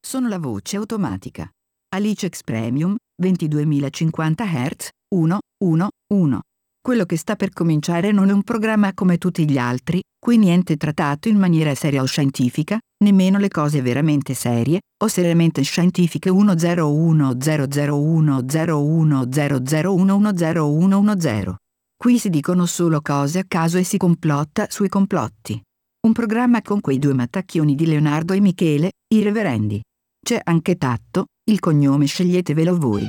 sono la voce automatica. Alicex Premium 22.050 Hz 111. Quello che sta per cominciare non è un programma come tutti gli altri, qui niente trattato in maniera seria o scientifica, nemmeno le cose veramente serie o seriamente scientifiche 1010010100110. Qui si dicono solo cose a caso e si complotta sui complotti. Un programma con quei due mattacchioni di Leonardo e Michele, i reverendi. C'è anche Tatto, il cognome sceglietevelo voi.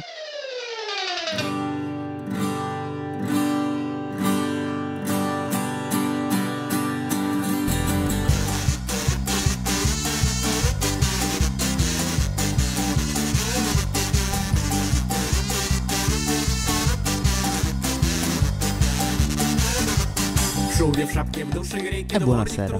E buonasera.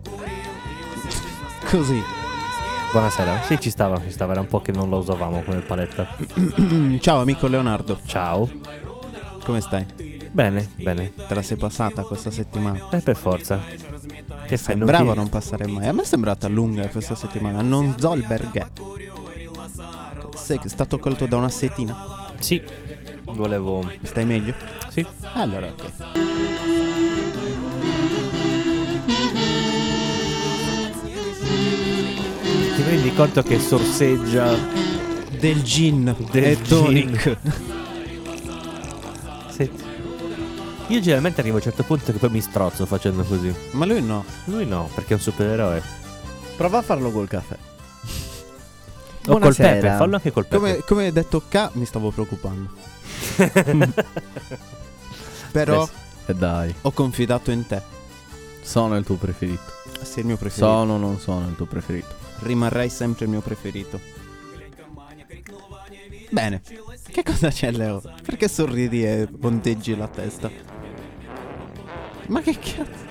Così. Buonasera. Sì, ci stava, era un po' che non lo usavamo come paletta. Ciao amico Leonardo. Ciao. Come stai? Bene. Te la sei passata questa settimana? Per forza. Che fai? Sembrava non passare mai. A me è sembrata lunga questa settimana. Non Zollberg. Sei stato colto da una settina? Sì. Volevo. Stai meglio? Sì. Allora ok. Ti rendi conto che sorseggia del gin del e tonic? Sì. Io generalmente arrivo a un certo punto che poi mi strozzo facendo così. Ma lui no. Lui no, perché è un supereroe. Prova a farlo col caffè. O col pepe, fallo anche col pepe. Come hai detto K, mi stavo preoccupando. Però dai, ho confidato in te. sono il tuo preferito. Sei il mio preferito. Sono o non sono il tuo preferito? Rimarrai sempre il mio preferito. Bene. Che cosa c'è, Leo? Perché sorridi e ponteggi la testa? Ma che cazzo?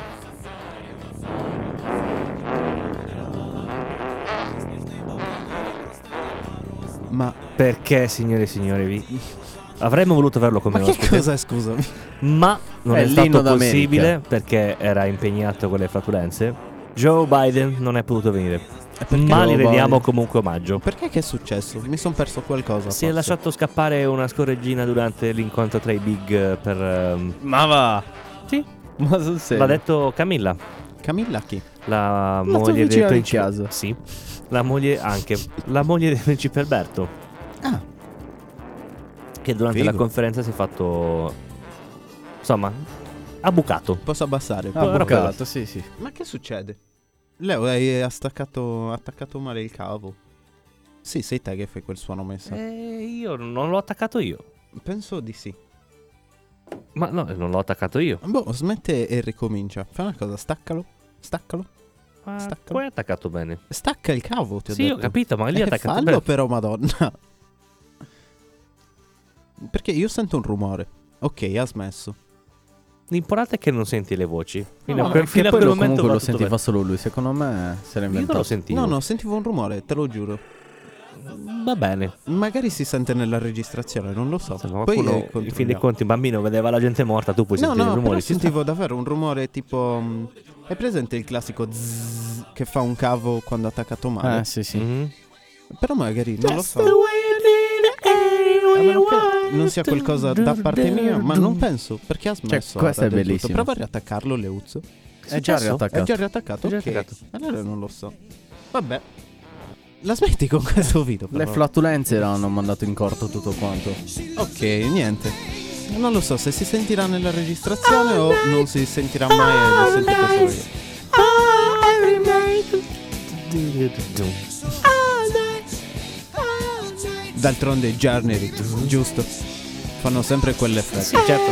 Ma Perché, signore e signori, avremmo voluto averlo come Ma che ospite. cosa, scusami? Ma non È è stato l'inno d'America. possibile perché era impegnato con le flatulenze. Joe Biden non è potuto venire. Ma gli Joe rendiamo Biden? comunque omaggio. Perché che è successo? Mi sono perso qualcosa. Si è forse. lasciato scappare una scorreggina durante l'incontro tra i big per... Ma va! Sì, Ma sul serio? l'ha detto Camilla, Camilla chi? la tua moglie del vicina di principe. casa. Sì, la moglie anche. La moglie del principe Alberto, Ah, che durante Figo. la conferenza si è fatto... Insomma, ha bucato. posso abbassare? Ah, Però bucato, sì, sì. Ma che succede? Leo, hai attaccato male il cavo. Sì, sei te che fai quel suono messo. Io non l'ho attaccato io. Penso di sì. Ma no, non l'ho attaccato io. Boh, smette e ricomincia. Fai una cosa, staccalo. Ma Staccalo. poi è attaccato bene. Stacca il cavo, ti ho Sì, detto. ho capito, ma lì è attaccato fallo bene. però, madonna. Perché io sento un rumore. Ok, ha smesso. L'importante è che non senti le voci. Fino No, a quel, perché fino a poi quel lo, momento comunque va lo tutto sentiva bene. solo lui. Secondo me se l'ha Io non inventato. lo sentivo. No, sentivo un rumore, te lo giuro. Va bene. Magari si sente nella registrazione, non lo so. Insomma, Poi qualcuno, in fin dei controlliamo. conti, un bambino vedeva la gente morta, tu puoi No, sentire no, i rumori. però Ci sta. sentivo davvero un rumore tipo... Hai presente il classico zzz che fa un cavo quando ha attaccato male? Sì, sì. Mhm. Però magari non lo so. A meno che non sia qualcosa da parte mia, ma non penso, perché ha smesso. questo ora è del tutto. bellissimo. Prova a riattaccarlo, Leuzzo. È già riattaccato. È già riattaccato? È già Ok. riattaccato. Allora non lo so. Vabbè. La smetti con questo video? Le però? flatulenze l'hanno mandato in corto tutto quanto. Ok, niente. Non lo so se si sentirà nella registrazione o non si sentirà mai e lo sentite solo io. D'altronde i Jarneri, giusto? Fanno sempre quell'effetto. Sì, certo.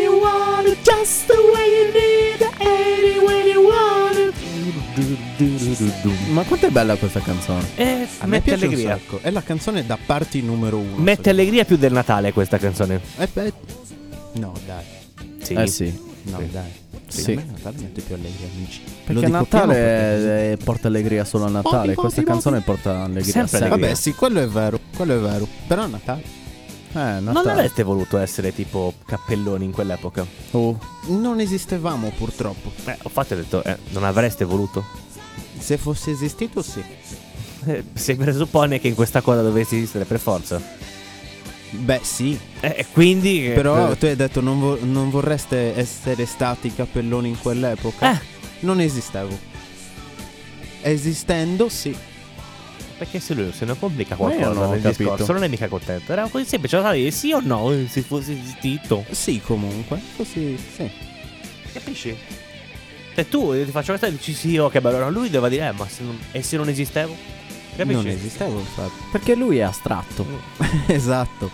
Ma quanto è bella questa canzone? A me Mette piace allegria. un sacco. È la canzone da party numero 1. Mette allegria più del Natale questa canzone. No, dai. Sì. Sì. No, Sì. dai. Sì. A me Natale mette più allegria, amici. Lo Perché dico piano Natale perché- porta allegria solo a Natale. Questa canzone porta allegria Sempre sempre. allegria. Vabbè, sì, quello è vero. Però a Natale Natale. Non avreste voluto essere tipo cappelloni in quell'epoca? non esistevamo purtroppo. Ho fatto e ho detto, non avreste voluto? Se fosse esistito, sì. Si presuppone che in questa cosa dovessi esistere per forza. Beh, sì. Quindi. Però tu hai detto non vorreste essere stati capelloni in quell'epoca. Non esistevo. Esistendo, sì. Perché se lui se ne complica Ma io non qualcosa ho nel capito. discorso, non è mica contento. Era così semplice, lo sai, sì o no, se fosse esistito. Sì, comunque. Così, sì. Capisci? Se tu ti faccio questa e dici sì, oh che bello, no, lui doveva dire, ma se non esistevo? Capisci? Non esistevo, infatti. Perché lui è astratto. Esatto.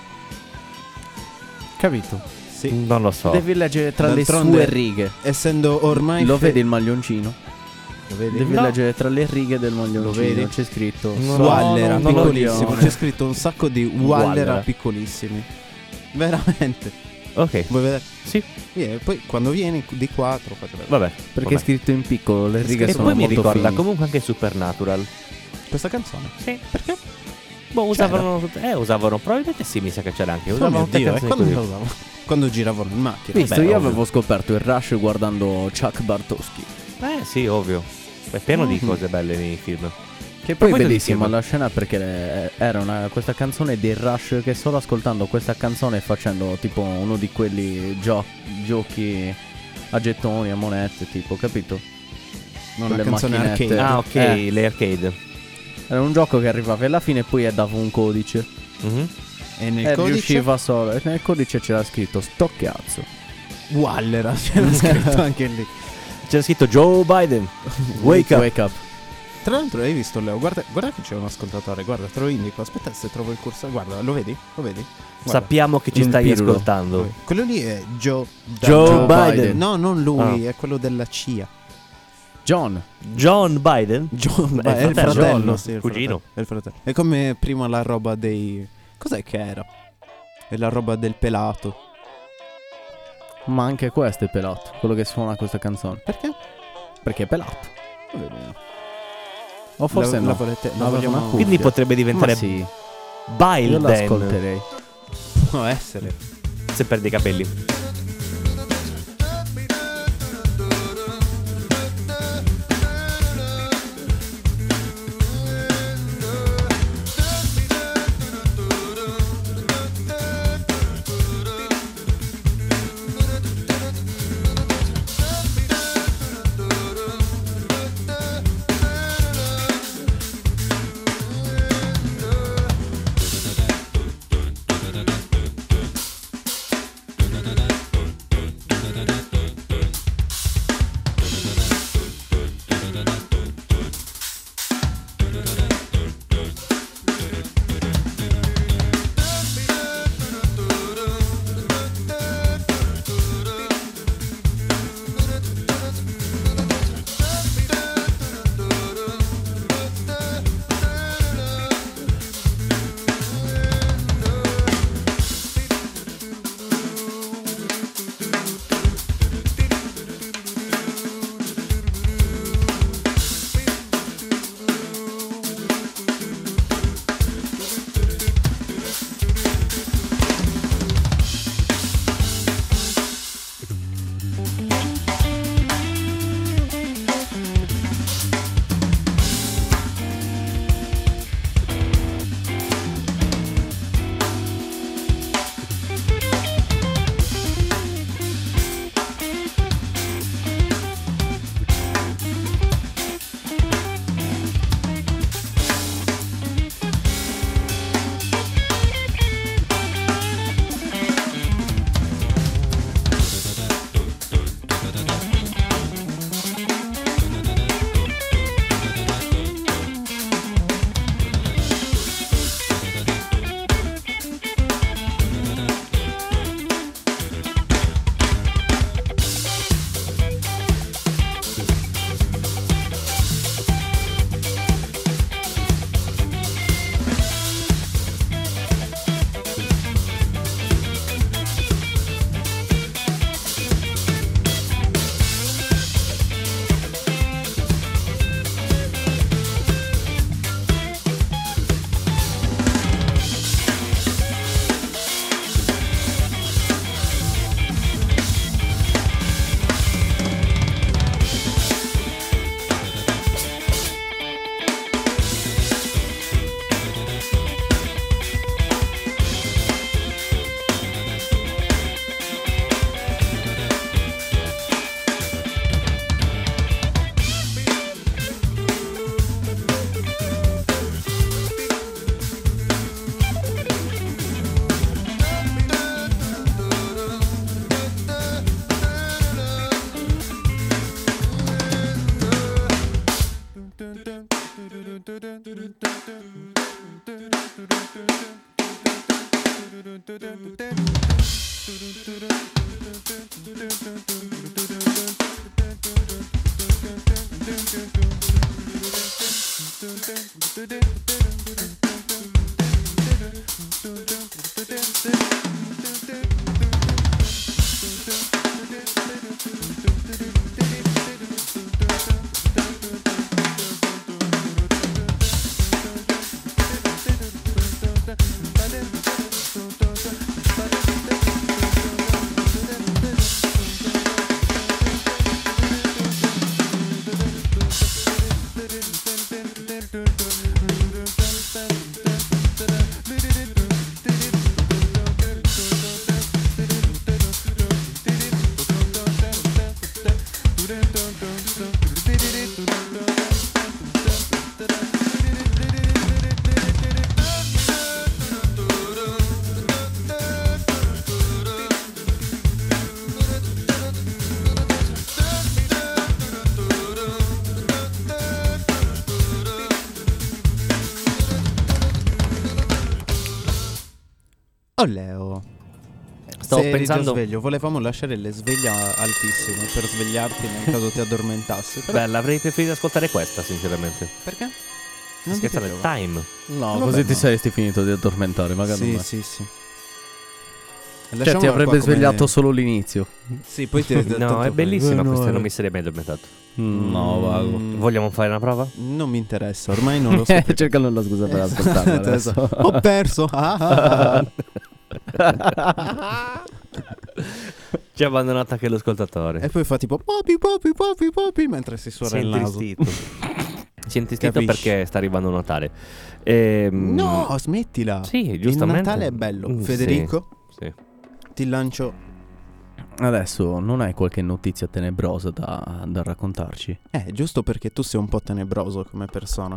Capito? Sì. Non lo so. Devi leggere tra le D'altronde, sue righe. Essendo ormai Lo vedi il maglioncino? Lo vedi? Devi No. leggere tra le righe del maglioncino. Lo vedi? C'è scritto No, Wallera non lo piccolissimo. dico. C'è scritto un sacco di Wallera Wallera. piccolissimi. Veramente. Ok, Vuoi vedere? sì, Poi quando vieni di qua te lo faccio vedere. vabbè. Perché è scritto in piccolo, le righe E sono poi mi molto ricorda fini. comunque anche Supernatural. Questa canzone. Sì, perché? Boh, usavano, probabilmente sì, mi sa che c'era anche. Oh Usavano mio tutte Dio, canzoni quando così. lo usavo? Quando giravano in macchina. Visto, Beh, io ovvio. avevo scoperto il Rush guardando Chuck Bartowski. Sì, ovvio. È pieno di cose belle nei film. Che poi è Proposito di bellissima film. la scena perché era questa canzone dei Rush che solo ascoltando questa canzone e facendo tipo uno di quelli giochi a gettoni, a monete, tipo, capito? Una quelle canzone macchinette. arcade. Ah, ok, le arcade. Era un gioco che arrivava alla fine e poi dava un codice. Mhm. E nel E codice riusciva solo. E nel codice c'era scritto sto cazzo. Wallera c'era scritto anche lì. C'era scritto Joe Biden. Wake up. Wake up. Tra l'altro hai visto Leo? Guarda che c'è un ascoltatore. Guarda, te lo indico. Aspetta se trovo il cursore. Guarda, lo vedi? Lo vedi? Guarda. Sappiamo che ci Il stai pirlo. ascoltando. Quello lì è Joe Joe Biden. Biden. No, non lui, è quello della CIA. John. John Biden? È il fratello, John, sì, il cugino. fratello, è il fratello. È come prima la roba dei... Cos'è che era? È la roba del pelato. Ma anche questo è pelato. Quello che suona questa canzone. Perché? Perché è pelato. Vedremo. O forse no. La volete... La Aveva vogliamo... una cuffia. Quindi potrebbe diventare Ma sì. Io Biden. l'ascolterei. Può essere. Se perde i capelli. Oh Leo, Stavo sei già pensando. sveglio, volevamo lasciare le sveglie altissime per svegliarti nel caso ti addormentassi. Però Beh, l'avrei preferito ascoltare questa, sinceramente. perché? Non ti Scherzate, piaceva? Time. No, Vabbè, così ti no. saresti finito di addormentare, magari. Sì, non è. sì, sì. Cioè, ti avrebbe svegliato solo l'inizio. Sì, poi ti No, è bellissima questa, non mi sarei mai addormentato. No, vago. Vogliamo fare una prova? Non mi interessa, ormai non lo so. perché. Cercano la scusa per ascoltarla adesso. Esatto. Ho perso. Ci ha abbandonato anche l'ascoltatore. E poi fa tipo popi popi popi popi mentre si suona il naso. Si è intristito Capisci? perché sta arrivando Natale. No, smettila. Sì, giustamente. Il Natale è bello. Mm, Federico, Sì. ti lancio. Adesso non hai qualche notizia tenebrosa da raccontarci? Giusto perché tu sei un po' tenebroso come persona.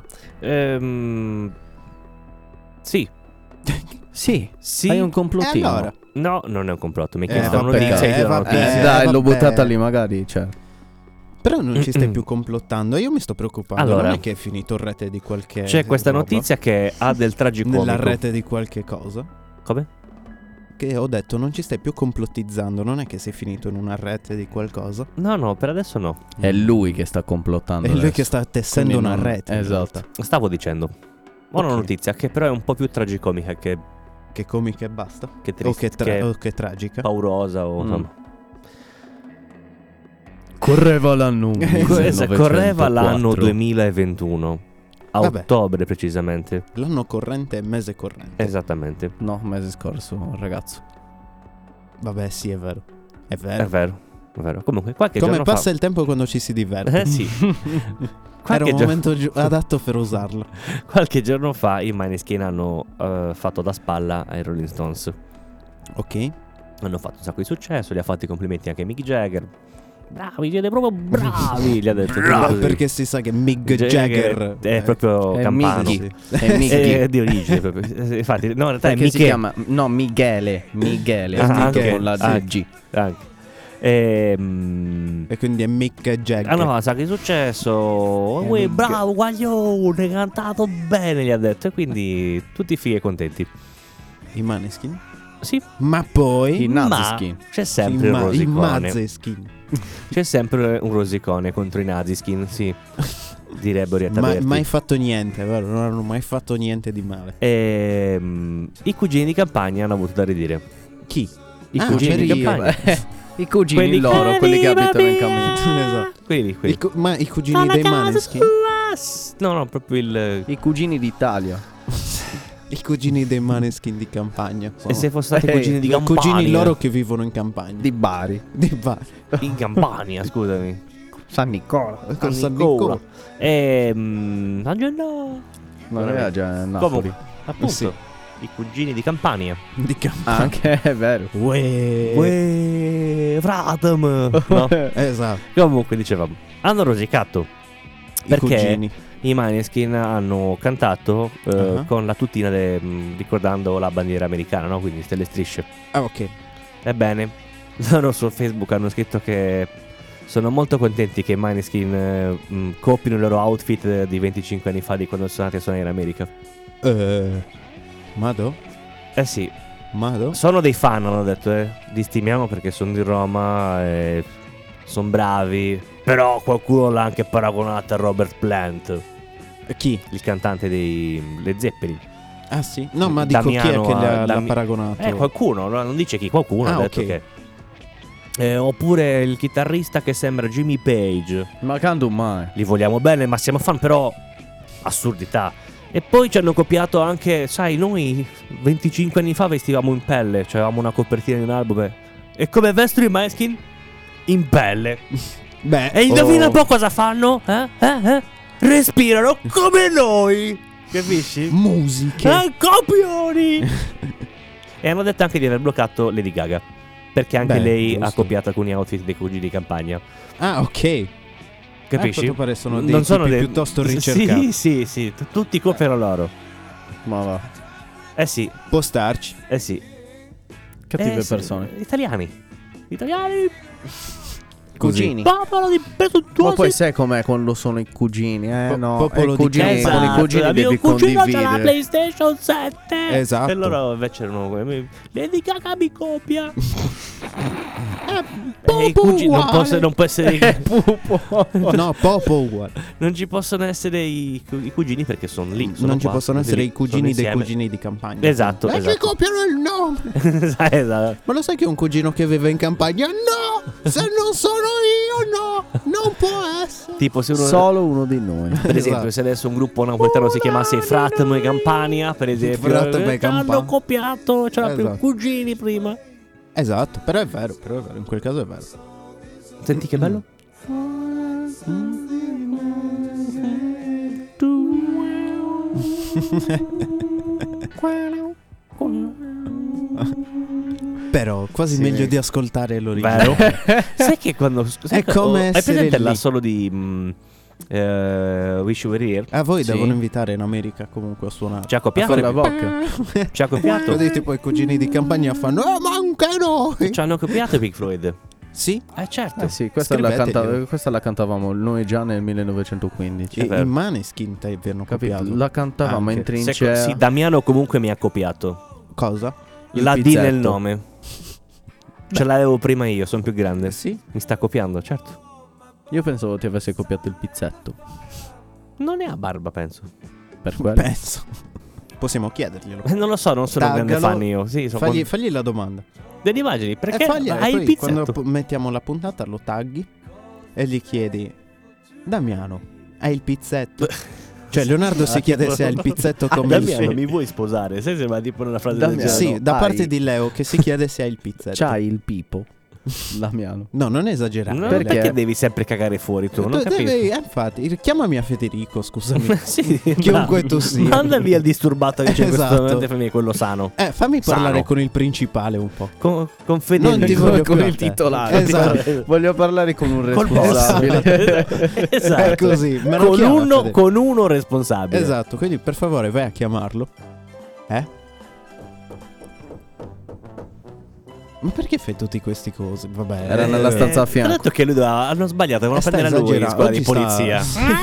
Sì. Sì. Sì. Hai un complottino? E allora? No, non è un complotto. Mi hai Eh, chiesto una vabbè, notizia. Io ti do una vabbè. notizia. Dai, l'ho vabbè. buttata lì magari, cioè. Però non ci stai più complottando. Io mi sto preoccupando. Allora. Non è che è finito in rete di qualche. C'è questa roba? notizia che ha del tragicomico. Nella rete di qualche cosa. Come? Che ho detto, non ci stai più complottizzando. Non è che sei finito in una rete di qualcosa. No, per adesso no. È lui che sta complottando. È lui adesso. che sta tessendo Quindi una non- rete. in Esatto. realtà. Stavo dicendo. Ho una Ok. notizia che però è un po' più tragicomica che Che comica e basta. triste, O che tragica. paurosa o Mm. insomma. Correva l'anno Correva l'anno 2021. A Vabbè. ottobre precisamente. L'anno corrente e mese corrente. Esattamente. No, mese scorso, ragazzo. Vabbè, sì, è vero. È È vero. vero. È vero. Comunque qualche Come giorno passa il tempo quando ci si diverte. sì. Era Qualche, un gio- momento adatto per usarlo. qualche giorno fa i Maneskin hanno fatto da spalla ai Rolling Stones. Ok. Hanno fatto un sacco di successo. Gli ha fatto i complimenti anche Mick Jagger. Bravi, siete proprio bravi. Gli ha detto Ah, così. perché si sa che Mick Jagger è proprio è campano. Miggy. sì. È Mickey. È di origine proprio. Infatti, no, in realtà è Perché si Michele. chiama... No, Michele. Michele. Ah, scritto anche. con la Ah. G. Anche. E quindi è Mick Jagger. Hanno fatto un sacco di successo. Uè, Mick. bravo, guaglione, hai cantato bene, gli ha detto. E quindi tutti fighi e contenti. I Maneskin. Sì, Ma poi I ma Naziskin. c'è sempre un i rosicone. Mazzeskin. C'è sempre un rosicone contro i Naziskin, sì. Direbbero i Ma Taverti. mai fatto niente, vero? Non hanno mai fatto niente di male. I cugini di campagna hanno avuto da ridire. Chi? I Ah, cugini di quelli- campagna. I cugini Quelli- loro, quelli che abitano in campagna. Esatto. Quelli lì, quelli. Ma i cugini dei Maneskin? No, proprio il... I cugini d'Italia. I cugini dei Maneskin di campagna. E se fossero stati Ehi, cugini di I campagna. cugini loro che vivono in campagna. Di Bari. Di bar. In Campania, scusami. San Nicola. Con San Nicola. Nicola. A Genova. Non era già a Napoli. Comunque, appunto, Sì. i cugini di Campania. Di Ah, campagna. anche è vero. Uè, fratem. No? Esatto. Comunque, dicevamo, hanno rosicato. I Perché cugini. i Maneskin hanno cantato Ah. con la tutina ricordando la bandiera americana, no? Quindi stelle e strisce. Ah, ok. Ebbene, loro su Facebook hanno scritto che sono molto contenti che i Maneskin copino il loro outfit di 25 anni fa di quando sono andati a suonare in America. Mado? Eh sì, Mado? Sono dei fan, hanno detto, li stimiamo perché sono di Roma e sono bravi. Però qualcuno l'ha anche paragonato a Robert Plant, Chi? il cantante dei Led Zeppelin. Ah sì? No, ma dico Damiano chi è che l'ha Dami- paragonato? Qualcuno, non dice chi, qualcuno ha detto ok. che... oppure il chitarrista che sembra Jimmy Page. Ma quando mai? Li vogliamo bene, ma siamo fan, però assurdità. E poi ci hanno copiato anche, sai, noi 25 anni fa vestivamo in pelle, cioè avevamo una copertina di un album. E come vestono i Maneskin? In pelle. Beh, E indovina un po' cosa fanno? Respirano come noi. Capisci? musiche. Copioni. E hanno detto anche di aver bloccato Lady Gaga, perché anche Beh, lei ha giusto. copiato alcuni outfit dei cugini di campagna. Ah, ok. Capisci? quanto pare sono dei non sono tipi dei piuttosto ricercati. Sì, tutti copiano loro. Ma va. Sì, Può starci. sì. Cattive Sì, persone. Italiani. Cugini. Popolo di Ma presuntuosi. poi sai com'è quando sono i cugini, no? popolo I di cugini, casa. con i cugini mio devi cugino c'ha la condividere. PlayStation 7. Esatto. E loro invece erano come Lady Gaga mi copia. I cugini non può essere No, Popo uguale. non ci possono essere i cugini perché sono lì. Sono Non ci qua, possono sono essere lì, i cugini sono dei insieme. cugini di campagna. Esatto, Che esatto. copiano il nome. Esatto. Ma lo sai che un cugino che vive in campagna? No! Se non sono io, no! Non può essere. Tipo se uno Solo uno di noi. per esempio, Esatto. se adesso un gruppo napoletano si chiamasse Fratmo e Campania, per esempio, Fratmo e Campania. hanno copiato, c'erano più Esatto. cugini prima. Esatto, però è vero, in quel caso è vero. Senti che bello? Però quasi Sì. meglio di ascoltare l'originale. Vero? Sai che quando È come hai essere presente lì. l'assolo di Wish You Were Here? A voi Sì. devono invitare in America comunque a suonare. Ci ha Con copiato? la bocca. Ci ha copiato? Così tipo i cugini di campagna fanno ma anche noi. Ci hanno copiato i Pink Floyd? Sì, Certo. Eh sì, questa la, Scriveteglielo. questa la cantavamo noi già nel 1915. È vero. i Maneskin ti hanno Capito? copiato. La cantavamo Anche. in trincea. Sì, Damiano comunque mi ha copiato. Cosa? Il La D pizzetto. nel nome. Ce l'avevo prima io, sono più grande. Sì. Mi sta copiando, certo. Io pensavo ti avesse copiato il pizzetto. Non ne ha barba, penso. Per quello. Penso. Possiamo chiederglielo. Non lo so, non sono un grande Taggalo. fan io. Sì, sono Fagli la domanda. delle immagini. Perché fagli, hai il poi pizzetto? quando mettiamo la puntata lo tagghi e gli chiedi Damiano, hai il pizzetto? Cioè Leonardo si chiede se ha il pizzetto come il Damiano, suo. mi vuoi sposare? Sai se va tipo una frase Damiano. del genere? Sì, da hai- parte di Leo che si chiede se ha il pizzetto. C'hai il pipo. Damiano. No, non esagerare. No, Perché? perché devi sempre cagare fuori tu? Non capisco. Infatti, chiamami a Federico, scusami. Sì, Chiunque bravo. tu sia. Manda via il disturbato che c'è in Esatto. questo momento, fammi quello sano. Fammi parlare Sano. con il principale un po'. Con Federico. Non ti voglio con più il a te. titolare. Esatto. Voglio parlare con un Col responsabile. boss. Esatto. È così. Me lo Con chiama, uno, Federico. con uno responsabile. Esatto, quindi per favore vai a chiamarlo. Ma perché fai tutti questi cose? Vabbè. Era nella stanza a Ti ho fianco. detto che lui hanno sbagliato, devono sta prendere a lui in esagerando. scuola di Oggi sta- polizia.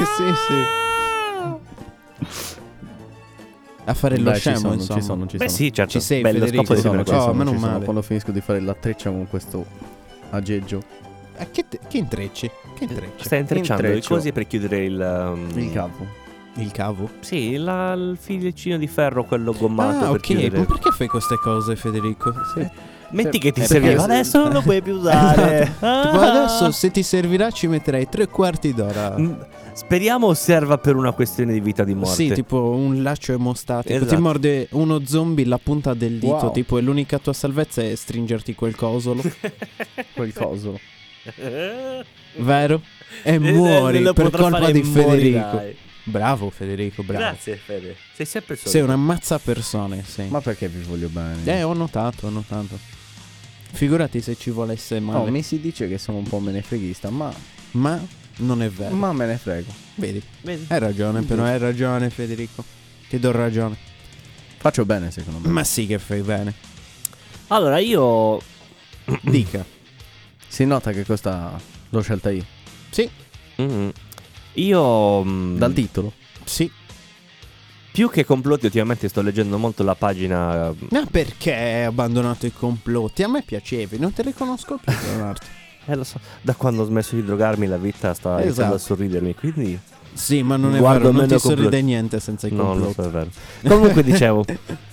Sì. A fare lo Beh, scemo, ci insomma. sono. Beh sì, certo. Ci sei, Bello Federico, scopo di sono. prima Oh, cosa. meno Ci sono. male. Quando finisco di fare la treccia con questo aggeggio. Che intrecci? Che intrecci? Stai intrecciando i Intreccio. cosi per chiudere Il capo. Il cavo? Sì, il fileccino di ferro, quello gommato per Ok, chiudere. ma perché fai queste cose, Federico? Metti che ti perché serviva, se- adesso non lo puoi più usare. Tipo, adesso se ti servirà ci metterei 3/4 d'ora. Speriamo serva per una questione di vita o di morte. Sì, tipo un laccio emostatico. Esatto. Ti morde uno zombie la punta del dito. Wow. Tipo, e l'unica tua salvezza è stringerti quel cosolo. Quel coso. Vero? E muori lo per potrà colpa fare, di muori, Federico. dai. Bravo, Federico, bravo. Grazie, Fede. Sei sempre solo. Sei un ammazza persone, sei. Ma perché vi voglio bene? Ho notato. Figurati se ci volesse male. No, mi si dice che sono un po' menefreghista, ma non è vero. me ne frego. Vedi? Vedi? Hai ragione, però hai ragione, Federico. Ti do ragione. Faccio bene, secondo me. Ma sì che fai bene. Allora, io... Dica. Si nota che questa l'ho scelta io. Sì, Io... Dal titolo. sì. Più che complotti, ultimamente sto leggendo molto la pagina. Ma perché hai abbandonato i complotti? A me piacevi, non te li conosco più, Leonardo. Lo so, da quando ho smesso di drogarmi la vita sta iniziando a sorridermi, quindi Sì, ma non è guardo vero, non meno ti sorride complotti. niente senza i no, non complotti. so, è vero. Comunque dicevo,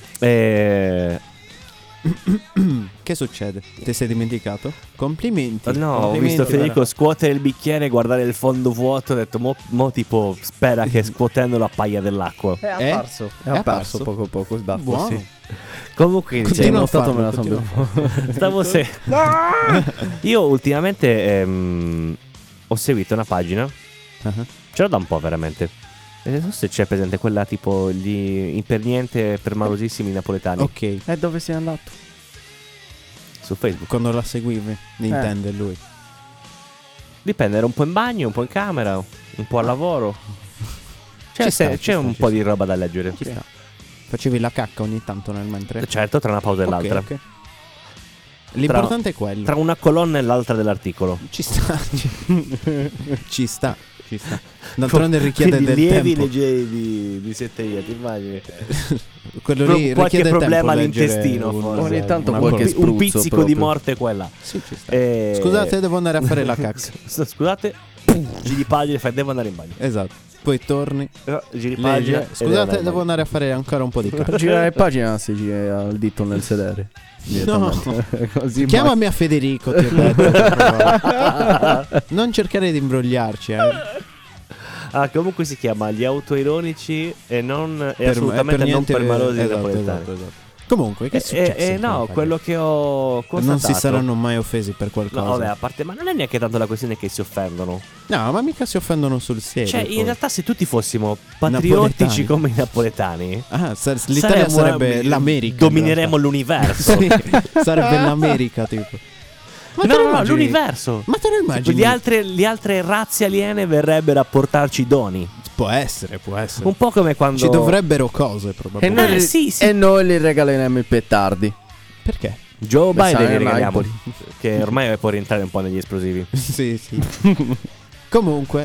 Che succede? Ti sei dimenticato? Complimenti. no, ho complimenti, visto Federico scuotere il bicchiere, guardare il fondo vuoto, ho detto mo tipo spera che scuotendolo appaia dell'acqua. È apparso. È apparso poco a poco il baffo. Buono. Sì. Comunque Continua dicevo, a farlo, me la son stavo se io ultimamente ho seguito una pagina, Uh-huh. ce l'ho da un po' veramente. E non so se c'è presente quella tipo gli per niente permalosissimi napoletani Ok, E dove sei andato? su Facebook. quando la seguivi, intende lui. Dipende, era un po' in bagno, un po' in camera, un po' al lavoro. C'è, Ci sta, c'è ci sta, un ci po' sta. di roba da leggere. Ci sta. Facevi la cacca ogni tanto nel mentre. Certo, tra una pausa e Ok, l'altra. ok. L'importante è quello. Tra una colonna e l'altra dell'articolo. Ci sta. Ci sta. Ci sta. D'altronde richiede Quindi del lievi tempo. leggeri di setteria, ti immagini? Quello lì Qualche richiede problema tempo leggere all'intestino, un- forse. Ogni tanto una qualche cosa. Un spruzzo pizzico proprio. di morte quella. Sì, ci sta. Scusate, devo andare a fare la cacca. Scusate, giri pagina e fai devo andare in bagno. Esatto. Poi torni. Giri leggi. pagina. e devo Scusate, andare in devo bagno. andare a fare ancora un po' di Per cacca. girare pagina si gira il dito nel sedere. Direttamente. Così Chiamami a Federico, ti ho detto. per favore. Non cercare di imbrogliarci, Ah, comunque si chiama Gli autoironici e non e Per- assolutamente per niente- non permalosi esatto, napoletani. esatto. Comunque, che è successo? in No, quella quello che ho constatato. Non si saranno mai offesi per No, qualcosa. vabbè, a parte, ma non è neanche tanto la questione che si offendono. No, ma mica si offendono sul serio. Cioè, in poi. realtà, se tutti fossimo patriottici Napoletani. come i napoletani, L'Italia saremmo- sarebbe l'America. in Domineremo realtà. l'universo. Sì, sarebbe l'America, tipo. Ma te lo No, immagini? l'universo. Ma te lo Tipo, immagini? le altre razze aliene verrebbero a portarci doni. Può essere, può essere. Un po' come quando. Ci dovrebbero cose, E probabilmente. noi, sì. e noi li regaleremo i petardi. Perché? Joe Beh, Biden sai, li regaliamo. Napoli. Che ormai può rientrare un po' negli esplosivi. Sì, sì. Comunque,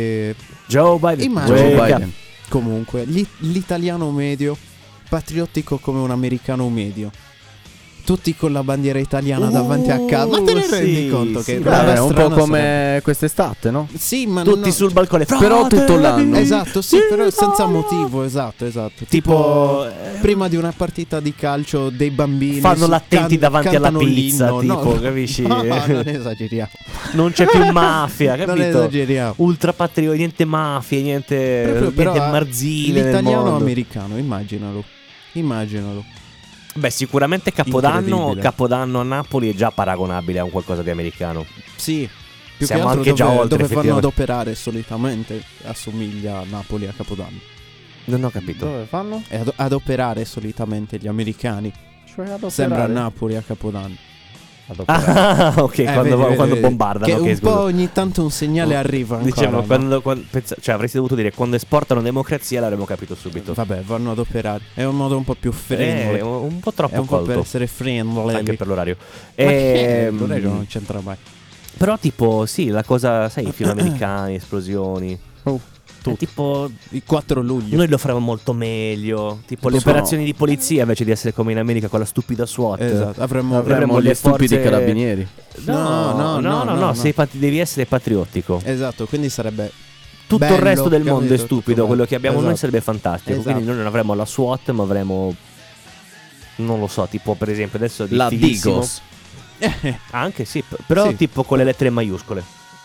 Joe Biden. Immagino. Joe Wake up. Biden. comunque, l'italiano medio, patriottico come un americano medio. Tutti con la bandiera italiana davanti a casa. Ma te ne sì, rendi conto sì, che bravo. roba Vabbè, un po' strana come sarebbe? quest'estate, no? Sì, ma Tutti non- sul balcone. Però tutto l'anno. Esatto, sì, però senza motivo, esatto. Tipo, prima di una partita di calcio dei bambini fanno l'attenti davanti alla cantano pizza, l'inno. tipo, No, capisci? No, non esageriamo. Non c'è più mafia, Non capito? esageriamo. Ultrapatrioti, niente mafia, niente Però, marzile nel l'italiano mondo. americano, immaginalo. Beh, sicuramente Incredibile. Capodanno a Napoli è già paragonabile a un qualcosa di americano. Sì, più Siamo che altro anche già dove, oltre, dove fanno ad effettivamente. operare solitamente assomiglia a Napoli a Capodanno. Non ho capito. Dove fanno? E ad operare solitamente gli americani Cioè ad sembra operare. Napoli a Capodanno. Ah, ok, quando vedi. bombardano. Che ok, un scusa. po' ogni tanto un segnale arriva ancora. Diciamo, no? cioè avresti dovuto dire quando esportano democrazia l'avremmo capito subito. Vabbè, vanno ad operare. È un modo un po' più friendly. Un po' È troppo un po' per colto. essere friendly. Anche per l'orario. Ma che? Ehm, L'orario non c'entra mai. Però tipo, sì, la cosa, sai, i film americani, esplosioni. Tipo, Il 4 luglio. noi lo faremo molto meglio. Tipo le Sono- operazioni di polizia invece di essere come in America con la stupida SWAT. Esatto, avremmo Avremmo le gli stupidi forze- carabinieri. No. devi essere patriottico. Esatto, quindi sarebbe Tutto il bello, resto del mondo è capito? stupido, Tutto quello che abbiamo noi esatto. sarebbe fantastico. Esatto. Quindi noi non avremo la SWAT, ma avremo, non lo so, tipo per esempio adesso è La difficilissimo. Digos. Anche sì, però Sì. tipo con le lettere maiuscole.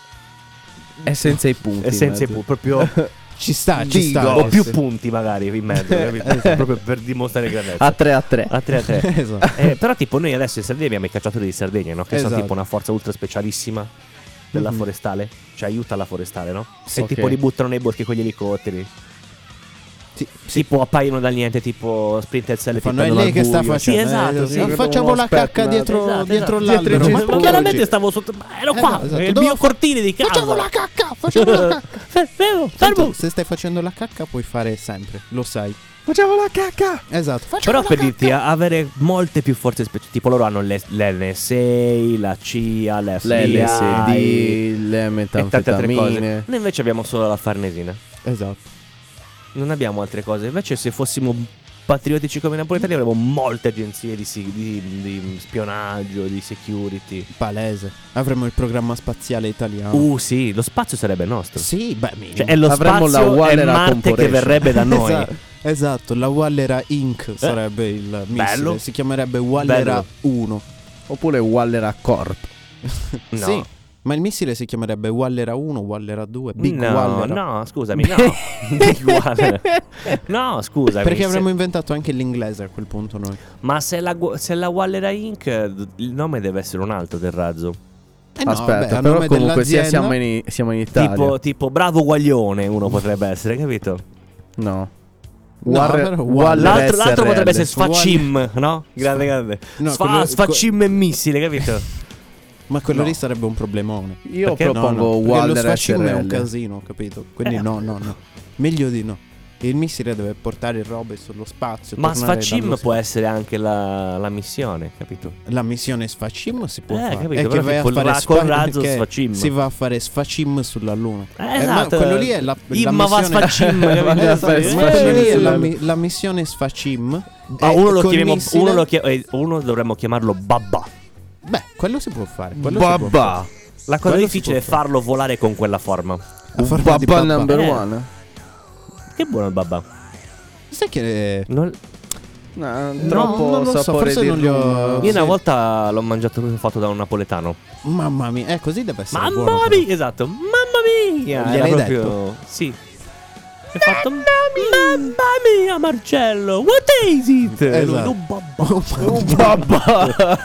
E senza i punti. E senza i in mezzo. proprio Ci sta, ci Digo. sta. o più sì. punti magari in mezzo, capito? Proprio per dimostrare grandezza. A 3 a 3. A 3 a 3. Esatto. Però tipo noi adesso in Sardegna abbiamo i cacciatori di Sardegna, no? Che sono Esatto. tipo una forza ultra specialissima della Mhm. forestale. Cioè aiuta la forestale, no? Sì, E ok. tipo li buttano nei boschi con gli elicotteri. Sì, Tipo appaiono da niente, tipo Splinter Cell. Fanno, è tipo lei che sta buio. facendo. Sì, esatto, sì. Facciamo la cacca dietro, Esatto, dietro esatto. l'albero. Dietro i Ma genitori. Chiaramente stavo sotto. Ero qua, esatto. è il Dove mio cortile di casa. Facciamo la cacca, facciamo la cacca. Fermo, Tanto, fermo. se stai facendo la cacca puoi fare sempre, lo sai. Facciamo la cacca. Esatto. Facciamo Però la per cacca. dirti, avere molte più forze speciali. Tipo loro hanno l'NSA, la CIA, l'FBI L'LSD, le e tante altre cose. metanfetamine. Noi invece abbiamo solo la Farnesina. Esatto. Non abbiamo altre cose. Invece se fossimo patriottici come i napoletani avremmo molte agenzie di spionaggio, di security. Palese. Avremmo il programma spaziale italiano. Sì, lo spazio sarebbe nostro. Sì, beh, Cioè è lo Avremmo la spazio e Wallera Marte che Corporation. verrebbe da noi. Esatto, la Wallera Inc. sarebbe il missile. Bello. Si chiamerebbe Wallera Bello. 1. Oppure Wallera Corp. No. Sì, ma il missile si chiamerebbe Wallera 1, Wallera 2, Big no, Wallera. no, scusami, no. Big Wallera. No, scusami. Perché se- avremmo inventato anche l'inglese a quel punto noi. Ma se la Wallera Inc. Il nome deve essere un altro del razzo. No, Aspetta, vabbè, a però nome comunque sia dell'azienda- siamo in Italia. Tipo Bravo Guaglione uno potrebbe essere, capito? No. No, però Wallera L'altro SRL. potrebbe essere Sfacim, no? Grande. No, quello- Sfacim e missile, capito? Ma quello No. lì sarebbe un problemone. Io Perché? propongo Perché lo Wallera sfacim è un SRL. casino, capito? Quindi no. Meglio di no. Il missile deve portare robe sullo spazio. Ma tornare Sfacim dallo può essere anche la missione, capito? La missione Sfacim si può fare. capito, È che però vai a tipo fare con razzo che Sfacim. si va a fare Sfacim sulla Luna. Ma Esatto. quello lì è la Imma va missione Sfacim, Va a capito? fare Ma quello lì è Sfacim. la missione Sfacim. Ah, E uno lo col chiamiamo missile- uno dovremmo chiamarlo Babba. Beh, quello si può fare. Quello si può fare. Babba. La cosa Quello difficile è si può farlo volare con quella forma. A forma di Babba babba. number Eh. one. Che buono il Babba. Sai che Non- No, non troppo lo so, sapore forse di non li ho- rum. Io sì. una volta l'ho mangiato fatto da un napoletano. Mamma mia, così deve essere Mamma buono, però. mia, esatto. Mamma mia. Gliel'hai Era detto? proprio Sì. Hai fatto Mamma mia, Marcello. What is it? E lui, Esatto. "Oh, babba."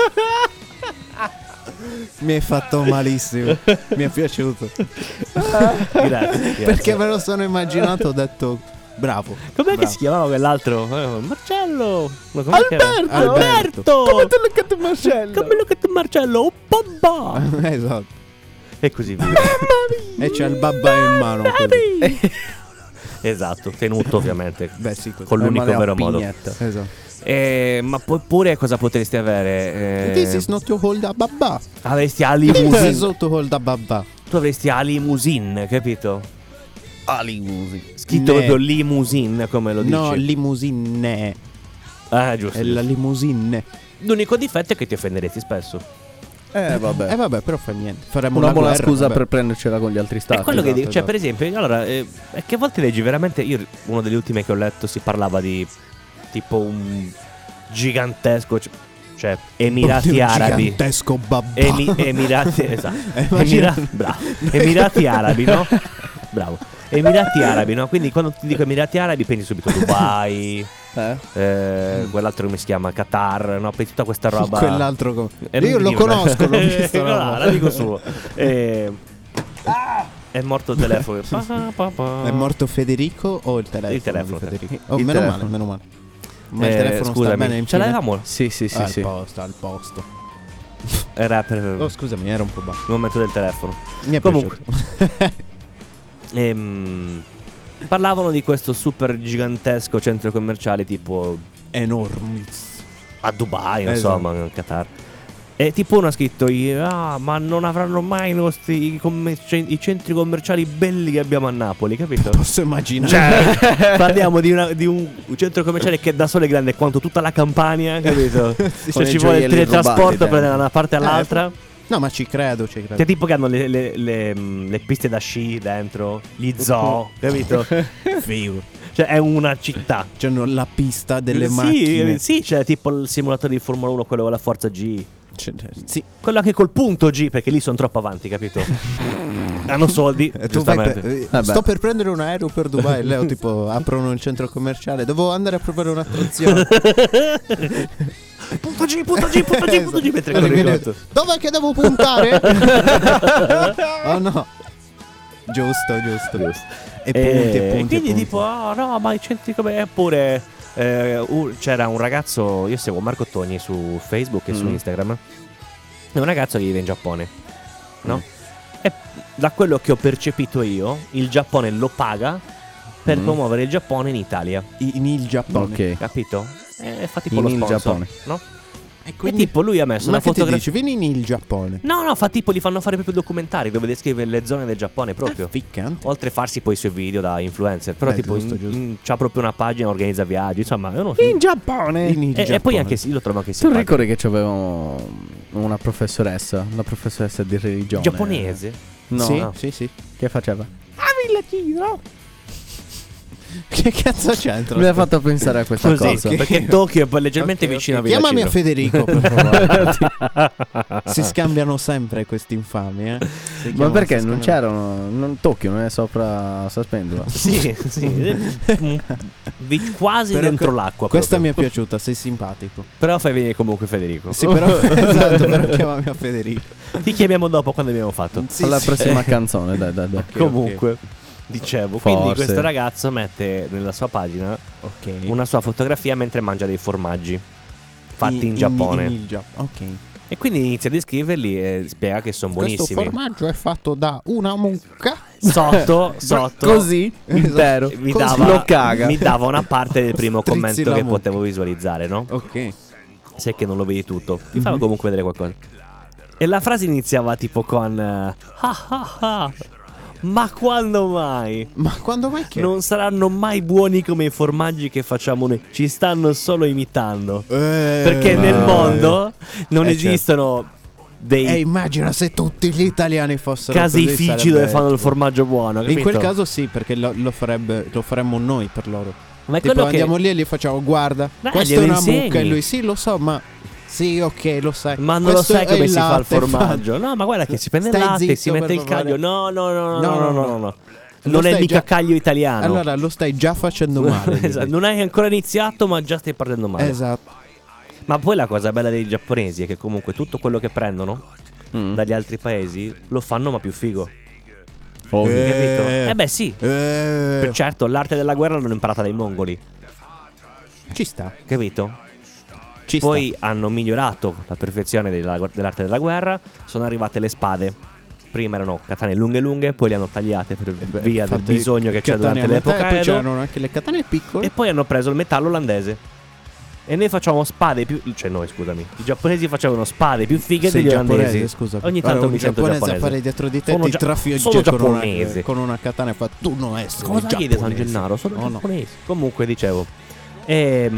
Mi hai fatto malissimo. Mi è piaciuto. Grazie. Perché me lo sono immaginato, ho detto bravo. Com'è che bravo. si chiamava quell'altro? Marcello. Ma com'è che era? Alberto. Alberto. Come te lo cazzo Marcello? Come lo che Marcello? Oh, babba. Esatto. E così via. E c'è il babba in mano. quello. Esatto, tenuto ovviamente. Beh, sì, così. Con l'unico vero modo. Esatto. Ma pure cosa potresti avere? This is not to hold a babba. Avresti a This is limousine. not to hold a babba. Tu avresti a limousine, capito? Scritto Ne. proprio limousine, come lo dici. No, limousine. Giusto. È la limousine. L'unico difetto è che ti offenderesti spesso. Vabbè. Vabbè, però fa niente. Faremo Una buona guerra, scusa vabbè. per prendercela con gli altri stati. È quello che esatto, dico. Cioè, esatto. per esempio, allora, è che a volte leggi veramente. Io, uno delle ultime che ho letto, si parlava di tipo un gigantesco. Cioè, Emirati Un Arabi. gigantesco babba. Emirati, esatto. Immagina- Bravo. Emirati Arabi, no? Bravo. Emirati Arabi, no? Quindi quando ti dico Emirati Arabi pensi subito Dubai, quell'altro come si chiama? Qatar, no? Pensi tutta questa roba. Quell'altro E non io ti lo dico, conosco, l'ho visto. no, no? l'amico suo. È morto il telefono. È morto Federico o il telefono? Il telefono. di Federico? Oh, Il meno telefono. male, meno male. Ma il telefono sta scusami, bene in ce fine? l'avevamo? Sì, sì, sì, Al sì. posto, al posto. Era per il Oh, scusami, era un po' basso. momento del telefono. Mi è Comunque. piaciuto. Parlavano di questo super gigantesco centro commerciale tipo Enormi. a Dubai, Esatto. insomma, nel Qatar. E tipo uno ha scritto: ma non avranno mai i nostri i centri commerciali belli che abbiamo a Napoli, capito? Posso immaginare. Cioè, parliamo di un centro commerciale che da solo è grande quanto tutta la Campania, capito? Con Se i ci vuole il gioielli teletrasporto rubati per dentro. da una parte all'altra. No, ma ci credo, ci credo. Che tipo che hanno le piste da sci dentro, gli zoo, capito? Figo. Cioè è una città. C'hanno la pista delle Sì, macchine. sì, c'è tipo il simulatore di Formula 1, quello con la forza G. Sì. Quello anche col punto G, perché lì sono troppo avanti, capito? Hanno soldi. Tu vai Giustamente. Vabbè. sto per prendere un aereo per Dubai. Leo tipo aprono un centro commerciale. Devo andare a provare un'attrazione. Punto G, punto G, punto G, punto G. Mentre Quindi corri viene- conto. Dov'è che devo puntare? Oh no. Giusto. E punti. Quindi tipo, no, ma i centri come. Eppure c'era un ragazzo. Io seguo Marco Togni su Facebook e su Instagram. È un ragazzo che vive in Giappone, no? E da quello che ho percepito io, il Giappone lo paga per promuovere il Giappone in Italia. In il Giappone. Ok. Capito? E fa tipo In lo il sponsor, Giappone. no? E E tipo lui ha messo ma una che ti fotografia. dici? Vieni in Giappone. No, fa tipo, li fanno fare proprio documentari dove descrive le zone del Giappone proprio. Ficcante. Oltre a farsi poi i suoi video da influencer. Però tipo giusto. c'ha proprio una pagina, organizza viaggi. Insomma, io non so. In Giappone. E poi anche io lo trovo anche Tu simpatico. ricordi che c'avevamo una professoressa, la professoressa di religione Giapponese? No, sì, no. sì. Che faceva? Che cazzo c'entra? Mi ha fatto pensare a questa Così, cosa. perché Tokyo è poi leggermente Ok, vicino ok. a Villa Chiamami a Ciro. Federico, per favore. Si scambiano sempre questi infami, Ma Si perché non scambiano. c'erano? Tokyo non è sopra Saspendola. Sì, quasi Però dentro l'acqua. Questa proprio. mi è piaciuta, sei simpatico. Però fai venire comunque Federico. Sì, però esatto, però chiamami a Federico. Ti chiamiamo dopo quando abbiamo fatto. Sì, Alla sì. prossima canzone, dai. Comunque, dicevo, Forse. quindi questo ragazzo mette nella sua pagina Ok. una sua fotografia mentre mangia dei formaggi fatti in Giappone. Ok. E quindi inizia a descriverli e spiega che sono buonissimi. formaggio è fatto da una mucca. Sotto Così, intero. mi Così dava, lo caga. mi dava una parte del primo Strizzi commento la che mucca. potevo visualizzare, no? Ok. Sai che non lo vedi tutto. Ti fa comunque vedere qualcosa. E la frase iniziava tipo con ah ah ah. Ma quando mai? Ma quando mai che? Non saranno mai buoni come i formaggi che facciamo noi. Ci stanno solo imitando. Perché nel mondo non certo. esistono dei immagina se tutti gli italiani fossero caseifici così, dove sarebbe- fanno il formaggio buono. In capito? quel caso sì, perché lo faremmo noi per loro. Ma è Tipo quello che andiamo lì e gli facciamo guarda, Dai, questa è glielo una insegni. mucca e lui sì lo so ma sì ok lo sai. Ma non Questo lo sai è come si fa il latte, formaggio. No, ma guarda che si prende il Stai latte, zitto, si mette per il caglio. favore. No. Lo Non è stai mica già- caglio italiano. Allora lo stai già facendo male. Esatto, non hai ancora iniziato, ma già stai partendo male. Esatto. Ma poi la cosa bella dei giapponesi è che comunque tutto quello che prendono dagli altri paesi lo fanno ma più figo. Capito? Eh beh sì. Certo, l'arte della guerra l'hanno imparata dai mongoli, Ci sta. capito? Ci Poi hanno migliorato la perfezione dell'arte della guerra. Sono arrivate le spade. Prima erano katane lunghe, poi le hanno tagliate per via del bisogno che c'è durante l'epoca E poi Edo. c'erano anche le katane piccole. E poi hanno preso il metallo olandese. E noi facciamo spade più. Cioè, noi, scusami. I giapponesi facevano spade più fighe Sei degli giapponese, olandesi. scusa. Ogni tanto un mi sento giapponese giapponese. a fare dietro di te Sono ti gia- trafigge sono con giapponese. con una katana e fa tu non essere Cosa chiede San giapponese." Gennaro? Sono Oh, no. giapponesi. Comunque, dicevo. E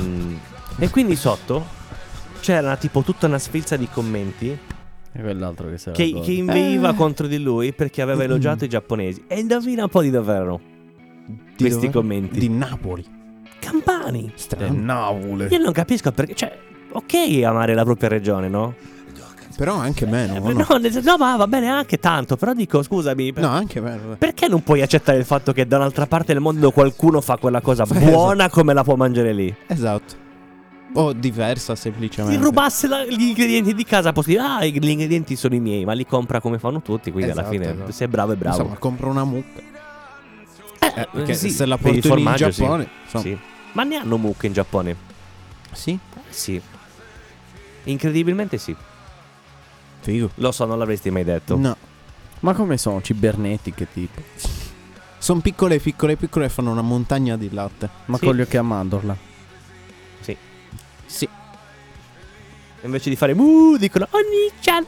quindi sotto c'era tipo tutta una sfilza di commenti E quell'altro che sarà. che inveiva contro di lui perché aveva elogiato i giapponesi. E indovina un po' di dove erano questi dove? commenti. Di Napoli. Campani. Strano. Navule. Io non capisco perché. Cioè, ok amare la propria regione, no? Però anche meno. o No, no, ma va bene anche tanto. Però dico, scusami. No, anche meno. Perché non puoi accettare il fatto che da un'altra parte del mondo qualcuno fa quella cosa buona come la può mangiare lì? Esatto. O diversa Se semplicemente. rubasse gli ingredienti di casa, posso dire, gli ingredienti sono i miei, ma li compra come fanno tutti. Quindi alla Esatto, fine, esatto. se è bravo, è bravo. Insomma, compro una mucca. Perché sì, se la per il porto in formaggio, Giappone. sì. insomma. Sì. Ma ne hanno mucche in Giappone? Sì. Sì. Incredibilmente sì. Figo. Lo so, non l'avresti mai detto. No. Ma come sono? Cibernetiche tipo. Sono piccole e fanno una montagna di latte. Ma Sì. con gli occhi a mandorla. Sì. Sì. Invece di fare dicono Oni-chan.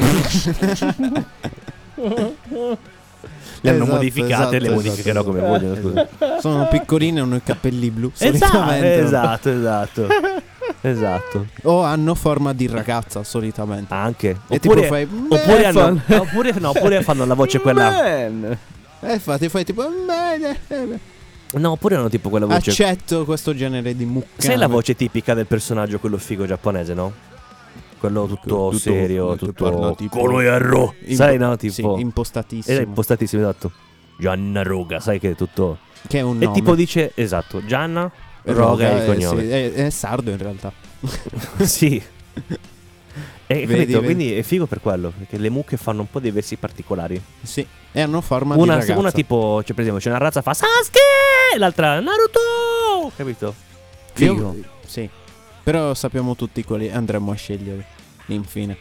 Le hanno Esatto, modificate, le esatto, modificherò esatto, come vogliono. Scusa. Sono piccoline e hanno i capelli blu. Esatto, Solitamente. esatto. O hanno forma di ragazza solitamente. Anche. E tipo Oppure, fai oppure fanno la voce quella. Man. infatti fai tipo No, oppure hanno tipo quella voce. accetto questo genere di mucca. Sai la voce tipica del personaggio, quello figo giapponese, no? Quello tutto serio, che parla tutto tipo- Konoyarro. Sai, no? Sì, Tipo impostatissimo. È impostatissimo, esatto. Gianna Roga, sai che è tutto. Che è un E nome. tipo dice, esatto, Gianna Roga è il cognome. sì, è sardo in realtà. Sì. E Vedi, capito? vedi. Quindi è figo per quello, perché le mucche fanno un po' dei versi particolari. Sì. E hanno forma di Una ragazza. tipo, cioè per esempio, c'è una razza fa Sasuke, l'altra Naruto, capito? Figo. Sì. Però sappiamo tutti quali andremo a scegliere. Infine.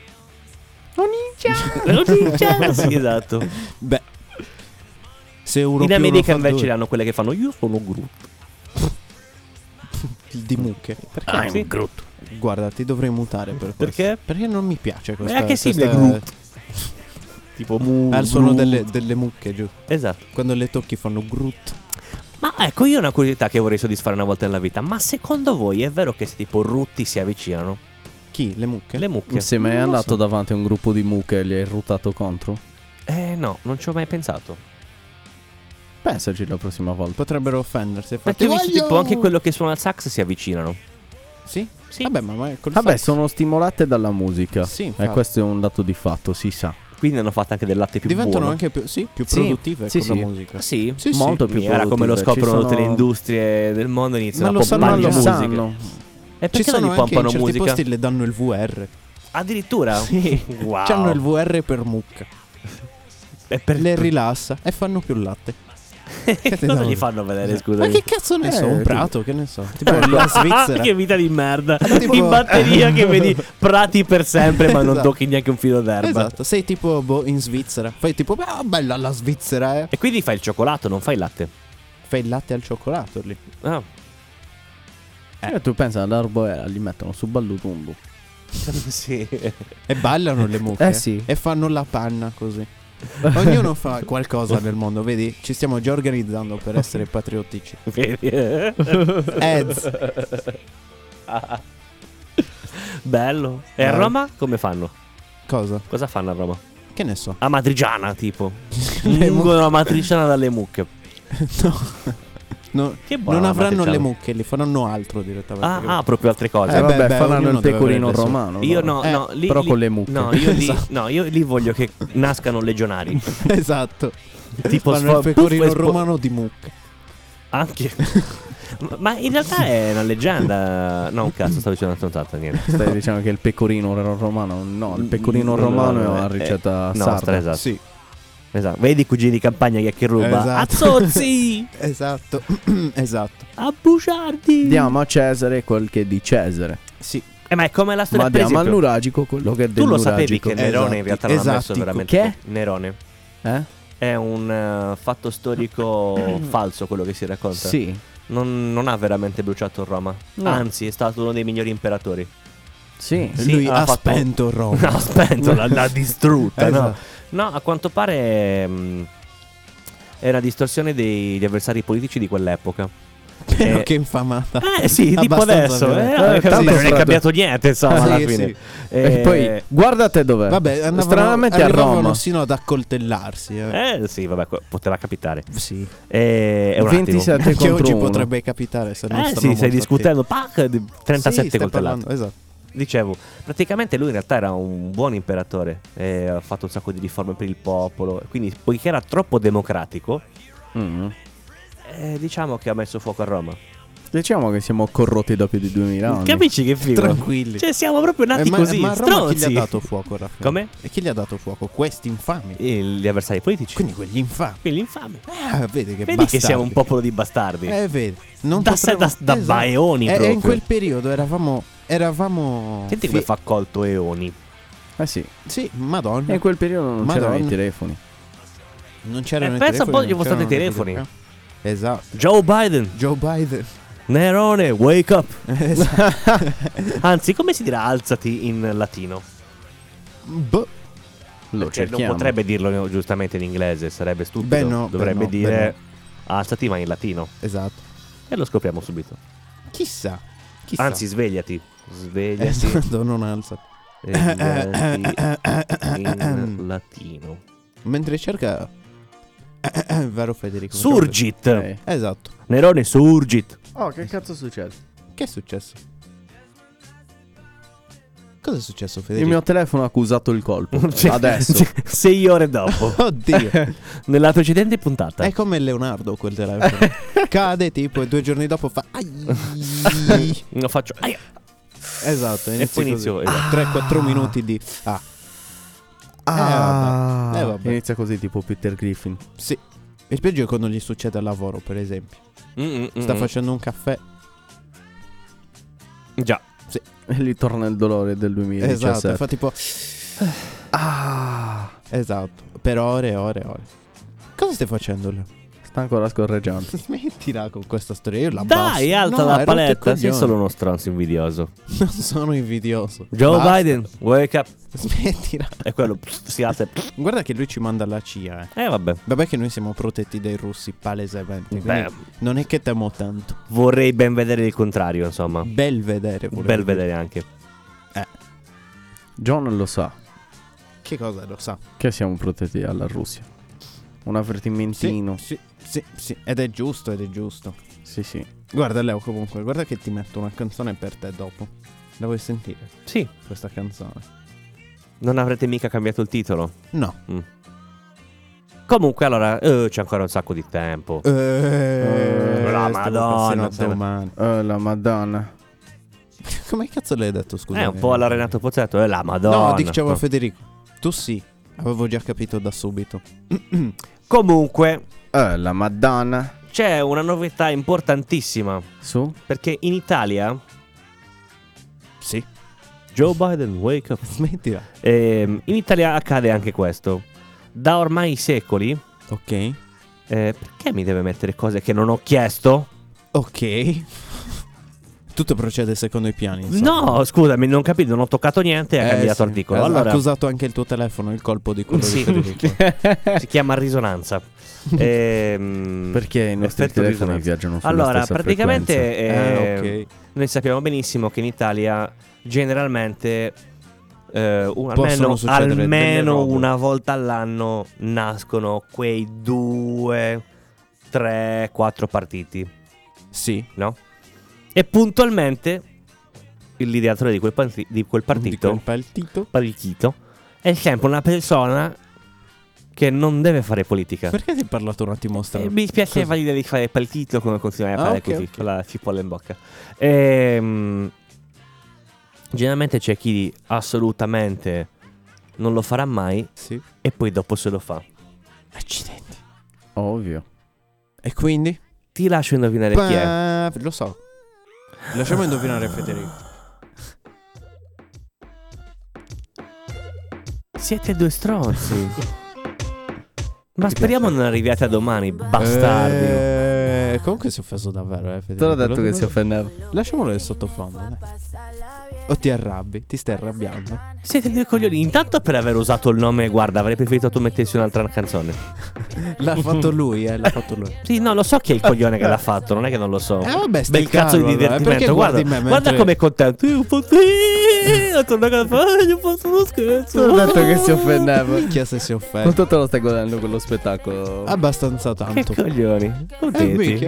Sì, esatto. Beh. Se uno In più uno America fa invece due. hanno quelle che fanno io sono Groot. Di mucche. Perché? Sì. Groot. Guarda, ti dovrei mutare per questo. Perché? Perché non mi piace questa. È anche simile questa- Groot. Tipo mu. Ah, il suono Groot. delle mucche, giù. Esatto. Quando le tocchi fanno Groot. Ma ecco, io ho una curiosità che vorrei soddisfare una volta nella vita. Ma secondo voi è vero che se tipo rutti si avvicinano? Chi? Le mucche? Le mucche? Se mai è Non lo andato so. davanti a un gruppo di mucche e gli hai ruttato contro? No, non ci ho mai pensato. Pensaci la prossima volta. Potrebbero offendersi. Perché ho visto tipo anche quello che suona il sax si avvicinano. Sì? Sì. Vabbè, ma col Vabbè, sax- sono stimolate dalla musica. Sì, E infatti. questo è un dato di fatto, si sa. Quindi hanno fatto anche del latte più diventano buono. anche più Sì, produttive sì, con sì. la musica. Ah, sì? Sì, sì. Molto più Era come lo produttive. Ci scoprono tutte le sono- industrie del mondo, iniziano Ma a lo sanno, pompare Ma lo musica. sanno. E Ci perché non sono gli anche in pompano certi musica? posti le danno il VR. Addirittura? Sì. Wow. C'hanno il VR per mucca. E per Le rilassa e fanno più latte. Cosa devo gli dire? fanno vedere, Ma scusa? che cazzo ne so? Un tipo- prato, che ne so. Tipo la Svizzera. Che vita di merda. Tipo- In batteria che vedi prati per sempre, ma non Esatto. tocchi neanche un filo d'erba. Esatto, sei tipo in Svizzera. Fai tipo, ah, bella la Svizzera, eh. E quindi fai il cioccolato, non fai il latte. Fai il latte al cioccolato lì. Ah. Tu pensa all'arboera, li mettono su ballutumbu. Sì. E ballano le mucche. Eh sì. E fanno la panna così. Ognuno fa qualcosa nel mondo, vedi? Ci stiamo già organizzando per essere patriottici. Vedi? Ads. Bello. E a Roma come fanno? Cosa? Cosa fanno a Roma? Che ne so? A matriciana, tipo. Le Lungo la matriciana dalle mucche. No, Che buona non la avranno matriciana. le mucche, li faranno altro direttamente. Proprio altre cose. beh, faranno ognuno il pecorino dovrebbe romano. Io no? no, lì, però lì- con le mucche. No, io lì, Esatto. no, io lì voglio che nascano legionari. Esatto. Tipo Fanno il pecorino puff e romano di mucche. Anche. Ma in realtà è una leggenda. No, un cazzo, stavo dicendo una stronzata, niente. Stai dicendo che il pecorino romano? No, il pecorino romano è una ricetta no, sarda. esatto. Sì, Esatto. Vedi i cugini di campagna che ruba. Esatto. Azzozzi! esatto. Esatto. A bugiardi! Diamo a Cesare quel che è di Cesare. Sì. Ma è come la storia, Ma per diamo al esempio. nuragico quello che è del Tu lo nuragico. sapevi che Nerone in realtà non ha messo Esattico. veramente. Che? Nerone. Eh? È un fatto storico falso quello che si racconta. Sì. Non ha veramente bruciato Roma. No. Anzi, è stato uno dei migliori imperatori. Sì. Sì, Lui ha ha fatto- spento Roma. No, spento, l'ha distrutta. No? Esatto. No, a quanto pare è una distorsione degli avversari politici di quell'epoca. Però che infamata. Sì, tipo Abbastanza adesso. violenta. Sì, tanto non è frate- cambiato niente, insomma, alla Sì, fine. sì. E poi guardate dov'è. Vabbè, stranamente a arrivavano Roma. sino ad accoltellarsi. Sì, vabbè, poteva capitare. Sì. È un 27 Anche contro oggi 1. potrebbe capitare se non attimo. stanno Sì, stai molto discutendo. Pac, attenti. 37 Sì, stai coltellate. parlando, esatto. Dicevo, praticamente lui in realtà era un buon imperatore. Ha fatto un sacco di riforme per il popolo. Quindi, poiché era troppo democratico, Mm. diciamo che ha messo fuoco a Roma. Diciamo che siamo corrotti da più di 2000 anni. Capisci che figo? Tranquilli. Cioè, siamo proprio nati ma, così. ma a Roma chi stronzi. gli ha dato fuoco, Raffaele? Come? E chi gli ha dato fuoco? Questi infami. Gli avversari politici. Quindi quegli infami. Quelli infami. Vedi che Vedi bastardi. che siamo un popolo di bastardi. Vedi. Non Da potremmo- da baeoni E proprio. in quel periodo eravamo Senti come fa accolto Eoni. Eh sì. Sì, madonna. E in quel periodo non Madonna. c'erano i telefoni. Non c'erano i pensa un po' telefoni, gli non vostri c'erano i telefoni. videocamere. Esatto. Joe Biden. Joe Biden. Nerone, wake up. Esatto. Anzi, come si dirà alzati in latino? Boh. Lo Perché non cerchiamo. potrebbe dirlo giustamente in inglese, sarebbe stupido. Beh, no, Dovrebbe beh, no, dire beh, alzati ma in latino. Esatto. E lo scopriamo subito. Chissà. Anzi, svegliati. Svegliati. Esatto, non alza. Svegliati in latino. Mentre cerca vero Federico. Surgit. Esatto. Nerone, surgit. Oh, che cazzo succede? Che è successo? Cosa è successo, Il Federico? mio telefono ha accusato il colpo. Cioè, Adesso. 6 ore dopo. Oddio. Nella precedente puntata. È come Leonardo quel telefono. Cade tipo e 2 giorni dopo fa ai. Lo faccio. Aia. Esatto. E poi inizio. Esatto. 3-4 minuti di vabbè. Vabbè. Inizia così tipo Peter Griffin. Sì. Il peggio è quando gli succede al lavoro, per esempio. Sta facendo un caffè. Già. E lì torna il dolore del 2017. Esatto. E fa tipo esatto. Per ore e ore e ore. Cosa stai facendo là? Sta ancora scorreggiando. Smettila con questa storia, io la Dai, abbasso. alza No, la hai rotto i paletta. Sei coglioni. solo uno stronzo invidioso. Non sono invidioso. Joe Basta. Biden, wake up. Smettila. E quello si alza e... Guarda che lui ci manda la CIA. vabbè. Vabbè che noi siamo protetti dai russi, palesemente. Beh, quindi non è che temo tanto. vorrei ben vedere il contrario, insomma. Bel vedere. volevo Bel dire. vedere anche. John lo sa Che cosa lo sa? che siamo protetti dalla Russia. Un avvertimentino. Sì. Ed è giusto, Sì, sì. Guarda Leo, comunque, guarda che ti metto una canzone per te dopo. La vuoi sentire? Sì, Questa canzone? non avrete mica cambiato il titolo. No. Comunque, allora, c'è ancora un sacco di tempo. La stiamo Madonna, passando a domani. La Madonna. Come cazzo l'hai detto, scusa? È un po' alla Renato Pozzetto, la Madonna. No, dicevo a Federico. Tu sì. Avevo già capito da subito. Comunque, La Madonna. c'è una novità importantissima. Su? Perché in Italia, Sì. Joe Biden, wake up. Smettila. In Italia accade anche questo. Da ormai secoli, Ok. perché mi deve mettere cose che non ho chiesto? Ok. Tutto procede secondo i piani. insomma. No, scusami, non capito, non ho toccato niente e ha cambiato sì. articolo. Ha Allora, accusato anche il tuo telefono, il colpo di quello Sì. di Federico. si chiama risonanza. Perché i nostri effetto telefoni risonanza. viaggiano sulla Allora, stessa praticamente frequenza. Ok. noi sappiamo benissimo che in Italia generalmente Possono succedere delle almeno robe. una volta all'anno nascono quei 2, 3, 4 partiti, Sì. no? E puntualmente il lideratore di quel partito, Di quel partito. è sempre una persona che non deve fare politica. Perché ti hai parlato un attimo strano? Mi spiaceva l'idea di fare partito come continuare a fare ok, così, ok. con la cipolla in bocca. Generalmente c'è chi assolutamente non lo farà mai Sì. e poi dopo se lo fa. Accidenti. Ovvio. E quindi? Ti lascio indovinare chi è. Lo so. Lasciamo indovinare Federico. Siete due stronzi. Ma speriamo non arriviate a domani, bastardi. Comunque si è offeso davvero, Federico. Te l'ho detto che si offendeva. Lasciamolo nel sottofondo, dai. O ti arrabbi? Ti stai arrabbiando? Siete due coglioni. Intanto per aver usato il nome, guarda, avrei preferito tu mettessi un'altra canzone. L'ha fatto lui, l'ha fatto lui. Sì, no, lo so chi è il coglione che l'ha fatto, non è che non lo so. Vabbè, stai Bel cazzo di calmo, allora. divertimento. Perché Guarda, guardi me guarda mentre- come è contento. Io ho fatto uno scherzo. Te l'ho detto che si offendeva. Minchia se si offende. Quanto te lo stai godendo quello spettacolo? Abbastanza Che tanto. coglioni. Contenti. minchia,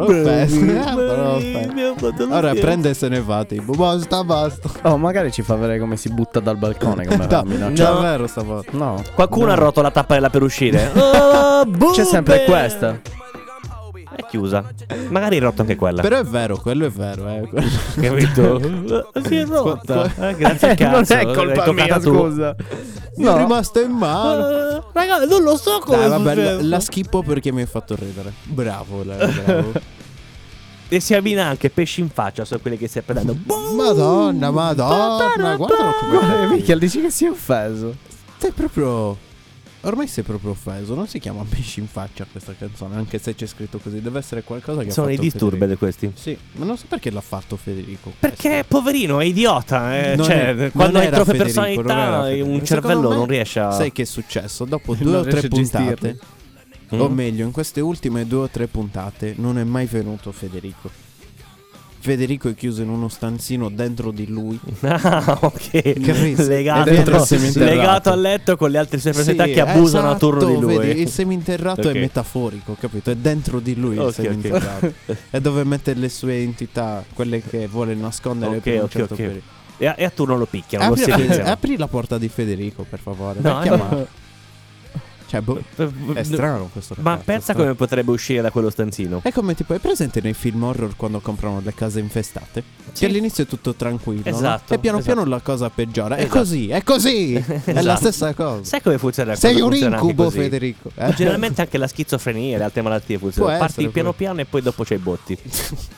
Ora prende e se ne va, tipo. Basta. Oh, magari ci fa vedere come si butta dal balcone. Come aveva minacciato. C'è vero stavolta. No. Qualcuno ha rotto la tappella per uscire. C'è sempre questa. È chiusa. Magari hai rotto anche quella. Però è vero, quello è vero, Capito? Si è rotta. Grazie al Non cazzo. è colpa L'hai mia, toccata tu. scusa. Mi è rimasto in mano. Ragazzi, non lo so come Dai, è vabbè, successo. la schippo perché mi hai fatto ridere. Bravo, Leo, bravo. E si abbina anche pesci in faccia. Sono quelli che stai prendendo. Madonna, guardalo come. Guarda, Michel, dici che si è offeso. Sei proprio. Ormai sei proprio offeso. Non si chiama pesci in faccia questa canzone. Anche se c'è scritto così. Deve essere qualcosa che Sono ha i fatto disturbi Federico. questi. Sì, ma non so perché l'ha fatto Federico. Perché poverino è idiota. Non Cioè, è- quando non hai era troppe Federico, non era personalità, Federico. un Secondo cervello me, non riesce a. Sai che è successo? Dopo Non 2 o 3 riesce a puntate. gestirli. O meglio, in queste ultime 2 o 3 puntate non è mai venuto Federico. Federico è chiuso in uno stanzino dentro di lui. Ah, ok. Capito? Legato, Ed dentro il seminterrato. legato al letto con le altre sue personalità Sì, che abusano a esatto, turno di lui. vedi, il seminterrato Ok. è metaforico, capito? È dentro di lui Ok, il seminterrato. È dove mette le sue entità, quelle che vuole nascondere Ok, per un ok, certo ok. periodo. E a tu non lo picchiano, lo Apri, silenziano. apri la porta di Federico, per favore. No, Vai a chiamare. Cioè, è strano questo Ma ragazzo, pensa è strano. come potrebbe uscire da quello stanzino. È come tipo, hai presente nei film horror quando comprano le case infestate? Sì. Che all'inizio è tutto tranquillo, no? Esatto, E piano esatto. piano la cosa peggiora. Esatto. È così, è così. È la Esatto. stessa cosa. Sai come funziona? Sei quando un funziona anche incubo, così? Federico. Generalmente anche la schizofrenia e le altre malattie funzionano. Può Parti essere, piano può- piano e poi dopo c'hai i botti.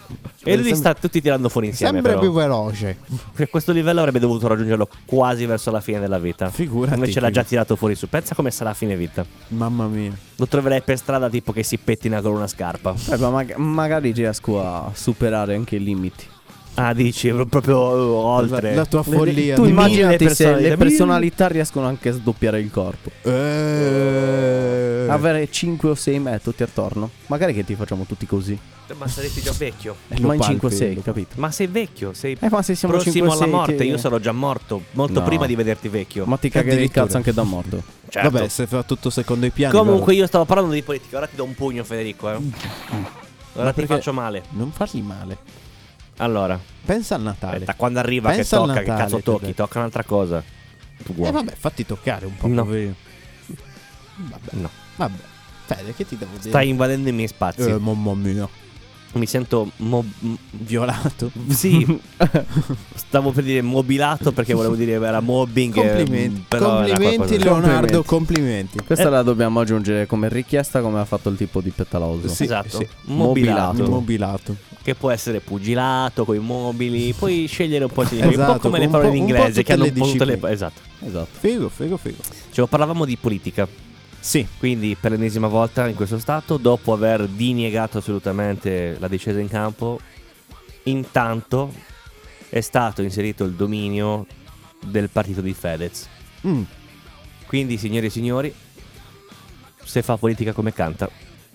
E lui li sta tutti tirando fuori insieme. Sempre Però più veloce. a questo livello avrebbe dovuto raggiungerlo quasi verso la fine della vita. Figurati. Invece l'ha già tirato fuori su. Pensa come sarà a fine vita. Mamma mia. Lo troverai per strada tipo che si pettina con una scarpa. Ma magari riesco a superare anche i limiti. Ah, dici, proprio oltre. La tua follia. Tu di immaginati mille se persone- le personalità riescono anche a sdoppiare il corpo. Eh. Avere 5 o 6 me tutti attorno. Magari che ti facciamo tutti così. Ma saresti già vecchio. Lo Ma in palpi, 5 o 6, lo- capito? Ma sei vecchio, sei Ma se siamo prossimo 5 o alla 6 morte. che- Io sarò già morto molto No. prima di vederti vecchio. Ma ti cagherei il Addirittura. cazzo anche da morto. Certo. Vabbè, se fa tutto secondo i piani. Comunque io stavo parlando di politica. Ora ti do un pugno, Federico. Ora ti perché- faccio male. non fargli male. Allora, Pensa al Natale. aspetta, quando arriva Pensa che al tocca, che Natale, cazzo ti tocchi? detto. Tocca un'altra cosa. Tu vuoi? Vabbè, fatti toccare un po'. No. poverino. Vabbè. No. Vabbè. Fede, che ti devo dire? Stai invadendo i miei spazi. Mamma mia. Mi sento Violato. sì. Stavo per dire mobilato perché volevo dire era mobbing. Complimenti. Però era Complimenti, qualcosa- Leonardo. Complimenti. Questa la dobbiamo aggiungere come richiesta, come ha fatto il tipo di Petaloso. Sì, Esatto. sì. Mobilato. Immobilato. Che può essere pugilato con i mobili. Puoi scegliere un po' di un Esatto, po' come le un parole po'- in un po' inglese che tutte hanno le un po' tutte le discipline. esatto. Esatto. Figo, figo, figo. Cioè, parlavamo di politica. Sì. Quindi per l'ennesima volta in questo stato, dopo aver diniegato assolutamente la discesa in campo, intanto è stato inserito il dominio del partito di Fedez. Mm. Quindi, signori e signori, se fa politica come canta.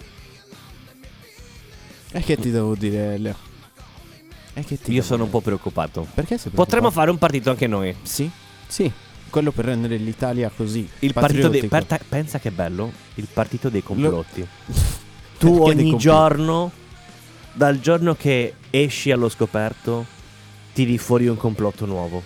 E che ti devo dire, Leo? E che ti Io devo sono un dire? po' preoccupato. Perché sei Potremmo preoccupato? fare un partito anche noi. Sì. Sì. Quello per rendere l'Italia così. Il partito dei patriottico. pensa che bello, il partito dei complotti. Tu Perché dei ogni complotti? giorno, dal giorno che esci allo scoperto, tiri fuori un complotto nuovo.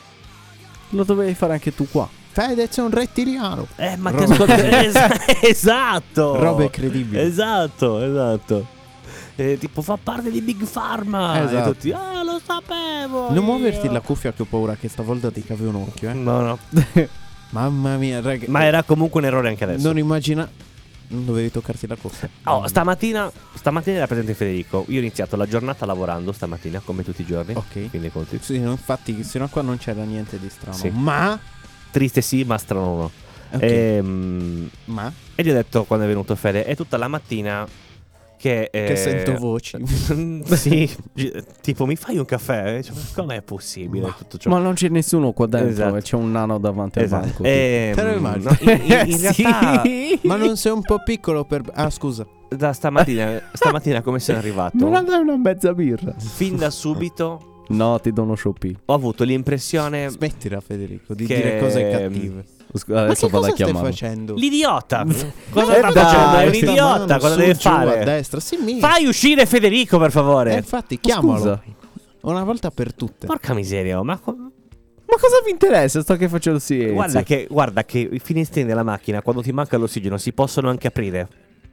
Lo dovevi fare anche tu qua. Fedez è un rettiliano. Ma ti Roba- ascolti. Esatto. Roba incredibile. Esatto. Tipo fa parte di Big Pharma. Esatto. E tutti, lo sapevo. Non muoverti la cuffia che ho paura che stavolta ti cavi un occhio, No. Mamma mia, raga. Ma era comunque un errore anche adesso. Non immagina. Non dovevi toccarti la cuffia. Stamattina era presente Federico. Io ho iniziato la giornata lavorando stamattina, come tutti i giorni. Ok. Quindi dei conti. Sì, no, infatti, sino a qua non c'era niente di strano. Sì. Ma. Triste sì, ma strano no. Ok. Ma? Ma. E gli ho detto quando è venuto Fede, è tutta la mattina che sento voci. sì, tipo mi fai un caffè? Cioè, com'è possibile tutto ciò? Ma non c'è nessuno qua dentro. Esatto. E c'è un nano davanti al banco. Te lo immagini? no, in Sì. realtà Ma non sei un po' piccolo per. Ah, scusa. da stamattina come sono arrivato? Non andai una mezza birra. Fin da subito No, ti do uno Shopee. ho avuto l'impressione Smettila, Federico, di Che- dire cose cattive. Scusa, Ma adesso che vado a cosa stai chiamarlo. facendo? l'idiota. Cosa sta dai, facendo? È un Questa idiota, mano cosa su, deve giù, a fare? destra, sì, Fai uscire Federico, per favore. infatti, chiamalo. Scusa. Una volta per tutte. Porca miseria, ma Ma cosa vi interessa? Sto che faccio il silenzio. guarda che i finestrini della macchina quando ti manca l'ossigeno si possono anche aprire.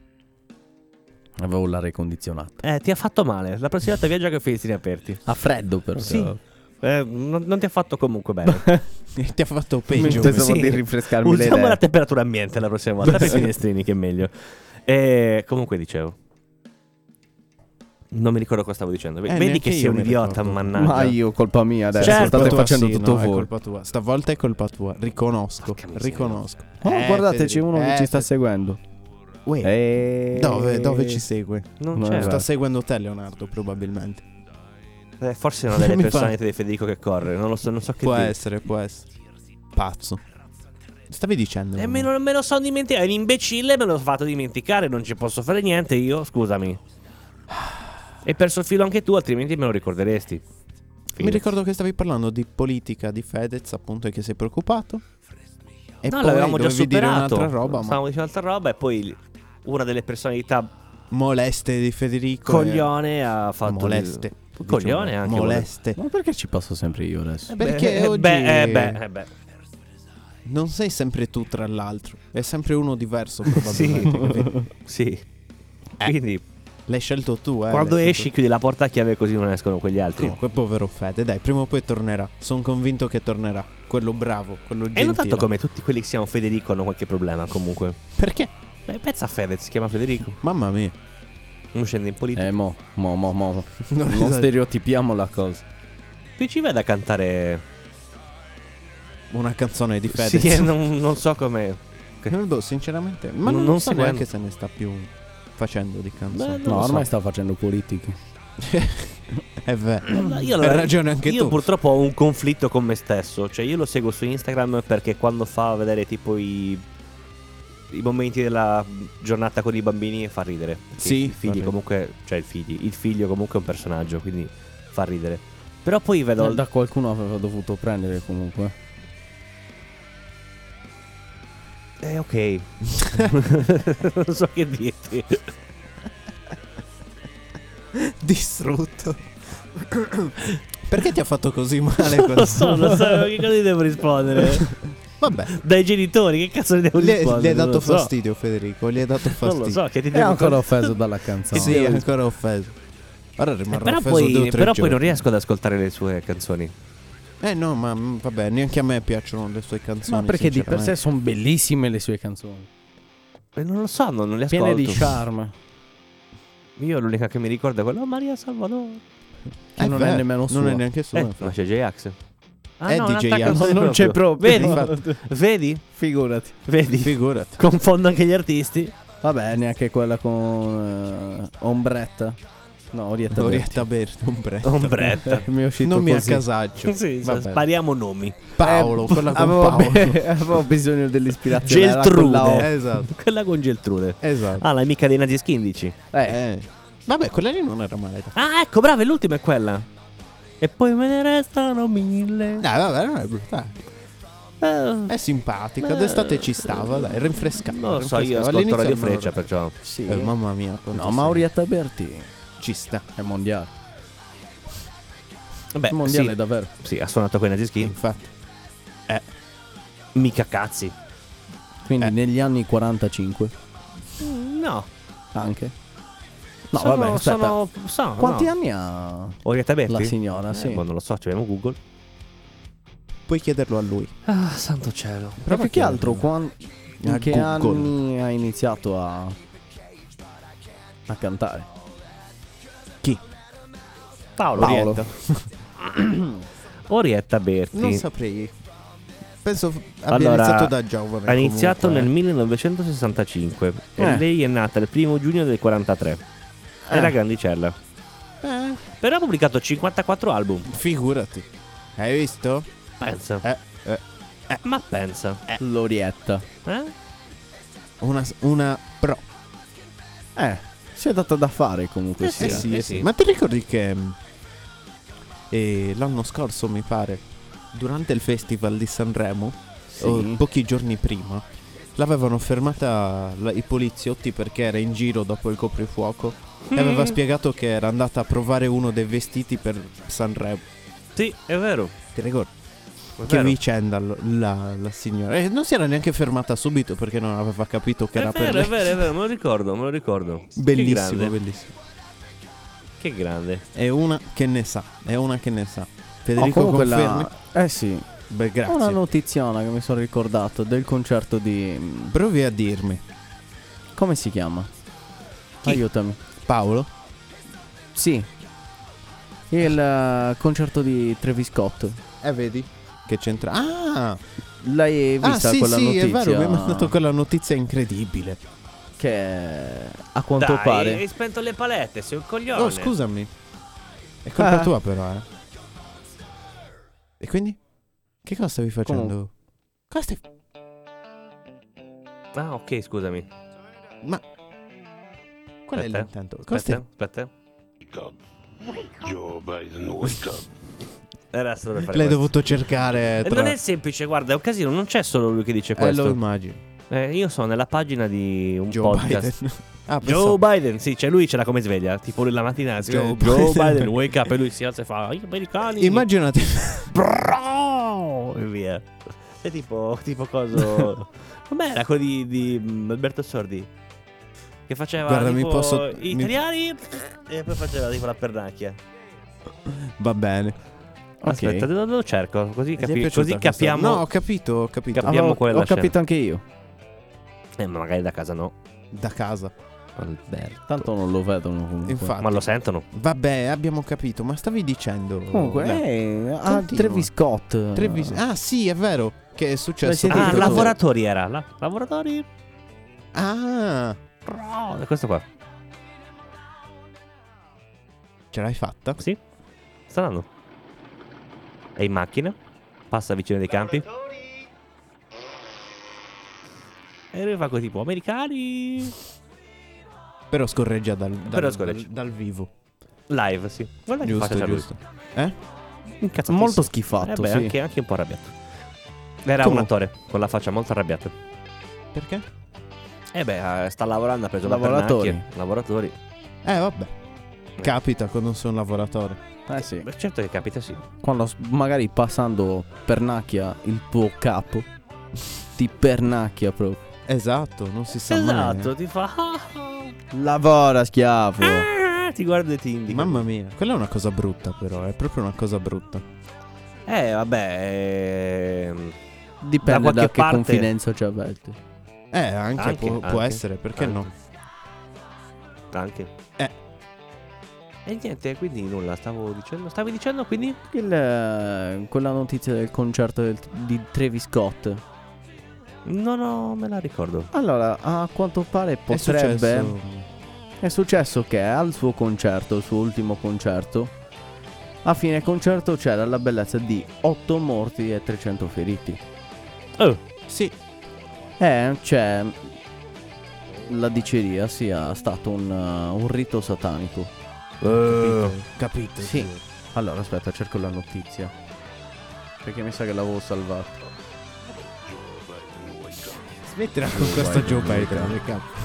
Avevo l'aria condizionata. Ti ha fatto male. La prossima volta viaggia con i finestrini aperti. A freddo però. Sì. Non ti ha fatto comunque bene. Ti ha fatto peggio. Pensavo Sì. di rinfrescarmi le Usiamo idee. la temperatura ambiente la prossima volta per i finestrini che è meglio. Comunque dicevo, non mi ricordo cosa stavo dicendo. Vedi neanche che sei io un mi idiota, ricordo. mannaggia. Ma io, colpa mia adesso. Certo. State Colpa tua, facendo sì, tutto no, è voi. colpa tua. Stavolta è colpa tua. Riconosco. Porca miseria. Riconosco. Oh, guardate, c'è Federico. uno che ci sta seguendo. Uè, dove ci segue? Non No, c'è. Sta seguendo te, Leonardo, probabilmente. Forse è una delle Mi fa- personalità di Federico che corre. Non lo so, non so che Può dire. essere. Pazzo. Stavi dicendo? E me lo sono dimenticato. È un imbecille, me l'ho fatto dimenticare. Non ci posso fare niente io. Scusami. Hai perso il filo anche tu, altrimenti me lo ricorderesti. Mi ricordo che stavi parlando di politica di Fedez, appunto, e che sei preoccupato. E No, poi l'avevamo già dovevi dire superato. un'altra roba, ma Stavamo dicendo un'altra roba. E poi una delle personalità moleste di Federico. coglione ha fatto. Moleste. Coglione diciamo, anche. moleste. Ma perché ci passo sempre io adesso? Perché oggi- beh. Non sei sempre tu, tra l'altro. È sempre uno diverso, probabilmente. capito? Sì. Quindi L'hai scelto tu, quando l'hai esci scelto chiudi la porta a chiave così non escono quegli tu. altri. Comunque, povero Fede, dai, prima o poi tornerà. Sono convinto che tornerà. Quello bravo, quello gentile. Hai notato come tutti quelli che si chiamano Federico hanno qualche problema comunque? Perché? Pensa a Fedez, si chiama Federico. Mamma mia. Non scende in politica. Mo. Non stereotipiamo la cosa. Qui ci vede a cantare. Una canzone di Fedez. Sì, non so come. Sinceramente. Ma Non non so seguendo. neanche se ne sta più facendo di canzoni. Beh, No, lo ormai so. sta facendo politica. È vero. Io Hai ragione anche io tu. purtroppo ho un conflitto con me stesso. Cioè, io lo seguo su Instagram perché quando fa vedere tipo i momenti della giornata con i bambini fa ridere. Perché Sì, i fa figli ridere. comunque. Cioè, il figlio comunque è un personaggio, quindi fa ridere. Però poi vedo. Da qualcuno aveva dovuto prendere comunque. Ok. Non so che dirti. Distrutto. Perché ti ha fatto così male? Non lo so che cosa gli devo rispondere. Vabbè. Dai genitori, che cazzo gli devo rispondere? Gli hai Non dato lo so. fastidio, Federico. Gli hai dato Non fastidio. lo so, che ti È devo ancora offeso dalla canzone. Sì, è ancora offeso. Ora rimarrà Però offeso 2 o 3 poi giorni. non riesco ad ascoltare le sue canzoni. No, ma vabbè, neanche a me piacciono le sue canzoni. Ma perché di per sé sinceramente. sono bellissime le sue canzoni. Non lo so, non le ascolto. Piene di charme. Io l'unica che mi ricordo è quella Maria Salvador. Che non è vero, nemmeno sua. Non è neanche sua. Ma c'è J-Ax. È no, DJ un'altra Ax. canzone Non c'è proprio. Vedi? Infatti. Vedi? Figurati. Vedi? Figurati. Confondo anche gli artisti. Vabbè, neanche quella con Ombretta. No, Orietta Berti. Ombretta. Ombretta. Mi è uscito Non mi così. a casaccio. Sì, Vabbè. spariamo nomi. Paolo, quella con avevo, Paolo. avevo bisogno dell'ispirazione. era Geltrude. con la O. Esatto. Quella con Geltrude. Esatto. Ah, l'amica dei Nazi Skin, dici? Vabbè, quella lì non era male. Ah, ecco, brava, l'ultima è quella. E poi me ne restano 1000. Dai, vabbè, non è brutta. È simpatica. D'estate ci stava, dai, rinfrescava. Non lo so, io rinfrescava. ascolto All'inizio Radio non lo- Freccia, perciò. Sì. mamma mia. quanto No, sei- ma Orietta Berti ci sta. è mondiale. Vabbè, Mondiale sì, davvero. sì, ha suonato con i Nazi Skin. Infatti. Mica cazzi. Quindi negli anni 45 No. anche. No, vabbè, aspetta. sono Quanti no. anni ha Orietta Berti? la signora? Sì. Boh, non lo so, ci abbiamo Google. Puoi chiederlo a lui. Ah, santo cielo. Però più che altro in A che Google. anni ha iniziato a cantare? Chi? Paolo. Orietta. Orietta Berti. Non saprei. Penso abbia Allora, iniziato da giovane. Ha iniziato comunque. nel 1965 e lei è nata il 1 giugno del 43. Era grandicella. Però ha pubblicato 54 album. Figurati. Hai visto? Pensa. Ma pensa. L'Orietta. Una pro. Si è data da fare comunque Sì, sia. sì. Ma ti ricordi che l'anno scorso, mi pare, durante il festival di Sanremo, o pochi giorni prima, l'avevano fermata i poliziotti perché era in giro dopo il coprifuoco e aveva spiegato che era andata a provare uno dei vestiti per Sanremo. Sì, è vero. Ti ricordi? È Che vero. vicenda la signora. E non si era neanche fermata subito perché non aveva capito che era È per vero, lei. è vero, è vero, me lo ricordo. Bellissimo, Che grande. bellissimo. Che grande. È una che ne sa. Oh, Federico comunque confermi? sì. Beh, grazie. Una notiziona che mi sono ricordato del concerto di Provi a dirmi. come si chiama? Chi? Aiutami. Paolo? Sì. Il concerto di Travis Scott. Vedi? Che c'entra? Ah! L'hai vista Sì, quella sì, notizia? è vero, mi ha mandato quella notizia incredibile. Che a quanto Dai, pare hai spento le palette, sei un coglione. Oh, scusami. È colpa Ah. tua però, E quindi? Che cosa stavi facendo? Comunque. Cosa stai... Ah, ok, scusami. Ma... Qual è Aspetta, l'intento? Cosa stai... Aspetta. Joe Biden, wake up. Era solo per fare L'hai questo. dovuto cercare E tra... non è semplice, guarda, è un casino, non c'è solo lui che dice lo questo. immagino. Io sono nella pagina di un Joe podcast. Biden. Ah, Joe Biden, sì, cioè lui ce l'ha come sveglia. Tipo lui la mattina Joe Joe Biden. Biden, wake up, e lui si alza e fa gli americani. Immaginati... Bro! E via. È tipo coso. Com'era quello di Alberto Sordi? Che faceva Guarda, tipo, mi posso- gli italiani e poi faceva tipo la pernacchia. Va bene. Aspetta, lo cerco, così, Ti è piaciuta così questa? capiamo. No, ho capito. Capiamo qual è ho la capito anche io. Ma magari da casa no. Da casa. Alberto. Tanto non lo vedono comunque. Infatti. Ma lo sentono? Vabbè, abbiamo capito, ma stavi dicendo... Comunque, Continua. Travis Scott. Ah sì, è vero, che è successo. L'hai sentito? Lavoratori era. Lavoratori. Ah, È questo qua. ce l'hai fatta? Sì. Sta andando. È in macchina. Passa vicino dei campi. E lui fa così tipo americani. Però scorreggia Però scorreggia. dal vivo. Live, sì. Guarda che faccia Giusto, c'ha lui. giusto. Eh? Incazzatissimo. Molto schifatto, Beh, sì. anche un po' arrabbiato. Era Come? un attore con la faccia molto arrabbiata. Perché? Sta lavorando, ha preso Lavoratori. la pernacchia. Lavoratori. Vabbè. Capita quando sei un lavoratore. Sì. Beh, certo che capita, sì. Quando magari passando pernacchia il tuo capo, ti pernacchia proprio. Esatto, non si sa mai. Esatto, ti fa. Lavora, schiaffo. Ti guarda e ti indica. Mamma mia, quella è una cosa brutta però, è proprio una cosa brutta. Vabbè. Dipende qualche da che parte- confidenza ci avete. Anche, può anche, essere, perché anche. no? Anche. Eh. E niente, quindi nulla, stavi dicendo quindi? Quella notizia del concerto di Travis Scott. No, me la ricordo. Allora, a quanto pare È potrebbe. successo. È successo che al suo concerto, il suo ultimo concerto, a fine concerto c'era la bellezza di 8 morti e 300 feriti. Oh, Sì, Cioè, la diceria sia stato un rito satanico. capito. Sì. Allora, aspetta, cerco la notizia. Perché mi sa che l'avevo salvato. Smettila con questo Joe Biden.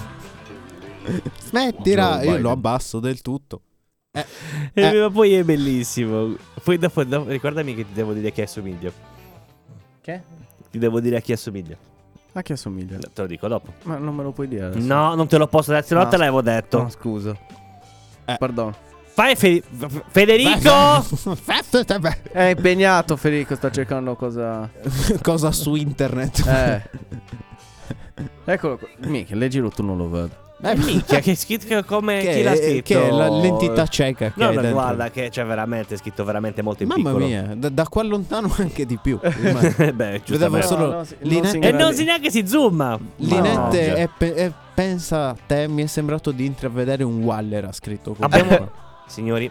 Smettila, Joe io Biden. lo abbasso del tutto. Ma poi è bellissimo. Poi dopo ricordami che ti devo dire a chi assomiglia. Che? Ti devo dire a chi assomiglia. A chi assomiglia? Te lo dico dopo. Ma non me lo puoi dire adesso. No, non te lo posso dire, se no No. te l'avevo detto. No, scusa. Pardon. Fai Federico! È impegnato Federico, sta cercando cosa. Cosa su internet. Eccolo qua. Mica, leggilo tu non lo vedo. Minchia, che scritto come chi l'ha scritto? Che è l'entità cieca che No, è no, dentro. guarda che c'è veramente scritto veramente molto in Mamma piccolo. mia, da qua lontano anche di più. Beh, Vedevo giustamente. solo No, si Linette, E non si neanche si zooma. Linette No. e pensa a te, mi è sembrato di intravedere un Waller, ha scritto qua. Abbiamo- Signori,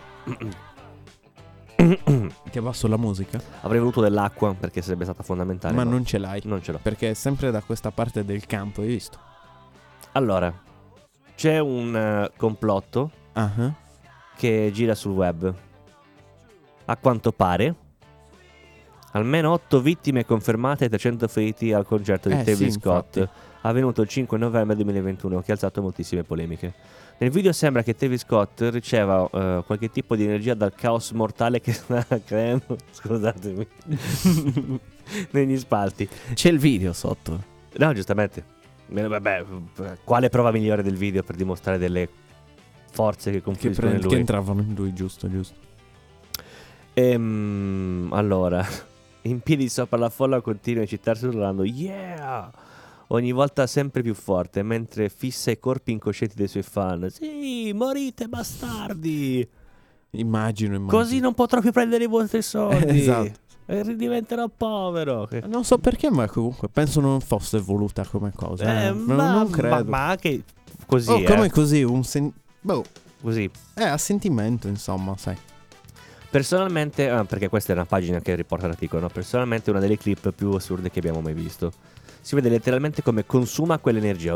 Ti abbasso la musica? avrei voluto dell'acqua perché sarebbe stata fondamentale. Ma non ce l'hai. non ce l'ho. Perché è sempre da questa parte del campo, hai visto? Allora, c'è un complotto Ah, che gira sul web. A quanto pare, almeno 8 vittime confermate e 300 feriti al concerto di Travis sì, Scott, infatti. avvenuto il 5 novembre 2021, che ha alzato moltissime polemiche. Nel video sembra che Travis Scott riceva qualche tipo di energia dal caos mortale che sta creando, scusatemi, negli spalti. C'è il video sotto. No, giustamente. Vabbè, quale prova migliore del video per dimostrare delle forze che confluiscono in che lui? entravano in lui, giusto. Allora, in piedi sopra la folla continua a eccittarsi urlando "Yeah!" ogni volta sempre più forte, mentre fissa i corpi incoscienti dei suoi fan. Sì, morite bastardi! Immagino. Così non potrò più prendere i vostri soldi. Esatto. E diventerò povero. Non so perché, ma comunque penso non fosse voluta come cosa. Non credo. Ma anche così, Oh, come così? così. A sentimento, insomma, sai. Personalmente, perché questa è una pagina che riporta l'articolo, no? Personalmente è una delle clip più assurde che abbiamo mai visto. Si vede letteralmente come consuma quell'energia.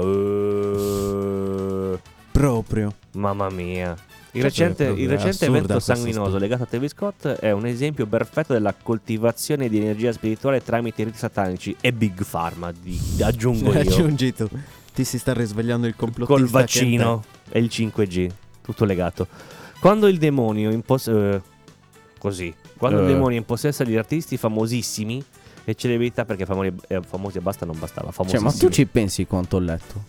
Proprio. Mamma mia. Il Certo, recente, è il recente assurda evento questa sanguinoso storia. legato a Travis Scott è un esempio perfetto della coltivazione di energia spirituale tramite riti satanici e Big Pharma, aggiungo io. Aggiungi tu. Ti si sta risvegliando il complottista. Col vaccino e il 5G, tutto legato. Quando il demonio in Quando il demonio in possesso di artisti famosissimi e celebrità, perché famosi e basta non bastava, Cioè, famosissimi. ma tu ci pensi quanto ho letto?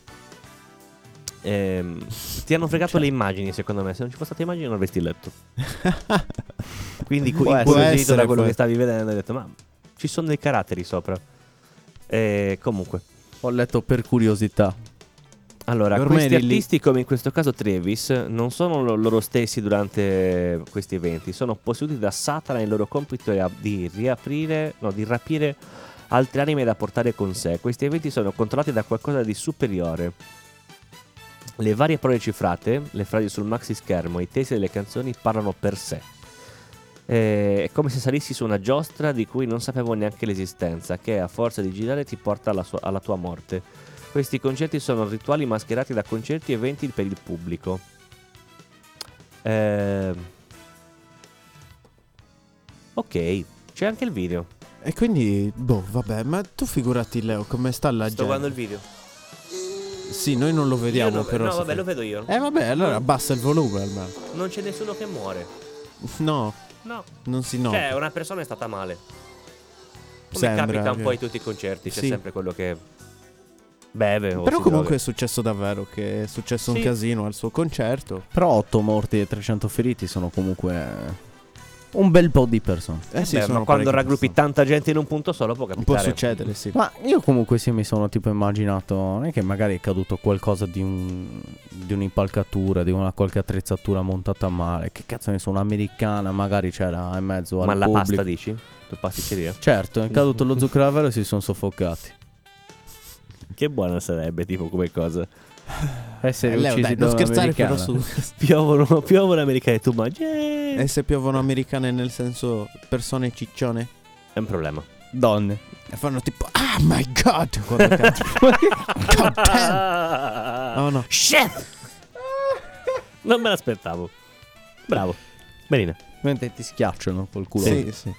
Ti hanno fregato le immagini, secondo me. Se non ci fossero state immagini non avresti letto. Quindi Può incuriosito essere, da quello può che stavi vedendo hai detto ma ci sono dei caratteri sopra. Comunque Ho letto per curiosità. Allora, Ormai questi eri lì. artisti, come in questo caso Travis, non sono loro stessi durante questi eventi, sono posseduti da Satana e il loro compito è di rapire altre anime da portare con sé. Questi eventi sono controllati da qualcosa di superiore. Le varie parole cifrate, le frasi sul maxi schermo e i testi delle canzoni parlano per sé. È come se salissi su una giostra di cui non sapevo neanche l'esistenza, che a forza di girare ti porta alla tua morte. Questi concerti sono rituali mascherati da concerti e eventi per il pubblico. Ok, c'è anche il video. E quindi, vabbè, ma tu figurati Leo, come sta la Sto gente? guardando il video. Sì, noi non lo vediamo però. No, vabbè, lo vedo io. Vabbè, allora abbassa il volume almeno. Non c'è nessuno che muore. No, No. non si nota. Cioè, una persona è stata male. Come Sembra capita un che- po' in tutti i concerti, c'è Sì. sempre quello che beve o Però si comunque droga. è successo davvero, che è successo un Sì. casino al suo concerto. Però 8 morti e 300 feriti sono comunque un bel po' di persone. Sì, Beh, sono ma quando parecchie raggruppi persone. tanta gente in un punto solo può Un capitare. po' succedere, sì. Ma io comunque sì mi sono tipo immaginato, non è che magari è caduto qualcosa di un'impalcatura, di una qualche attrezzatura montata male. Che cazzo ne so, un'americana magari c'era in mezzo al Ma la pubblico. pasta dici? Tu pasticceria? Certo, è caduto lo zucchero a velo e si sono soffocati. Che buona sarebbe, tipo come cosa. Essere Leo, uccisi dai, da non scherzare però un'americana. su. Piovono americani e tu mangi. E se piovono americane nel senso persone ciccione? È un problema. Donne. E fanno tipo, oh my god, quando cantano. God damn. Oh no. Chef! Non me l'aspettavo. Bravo. Benina. Mentre ti schiacciano col culo. Sì, sì.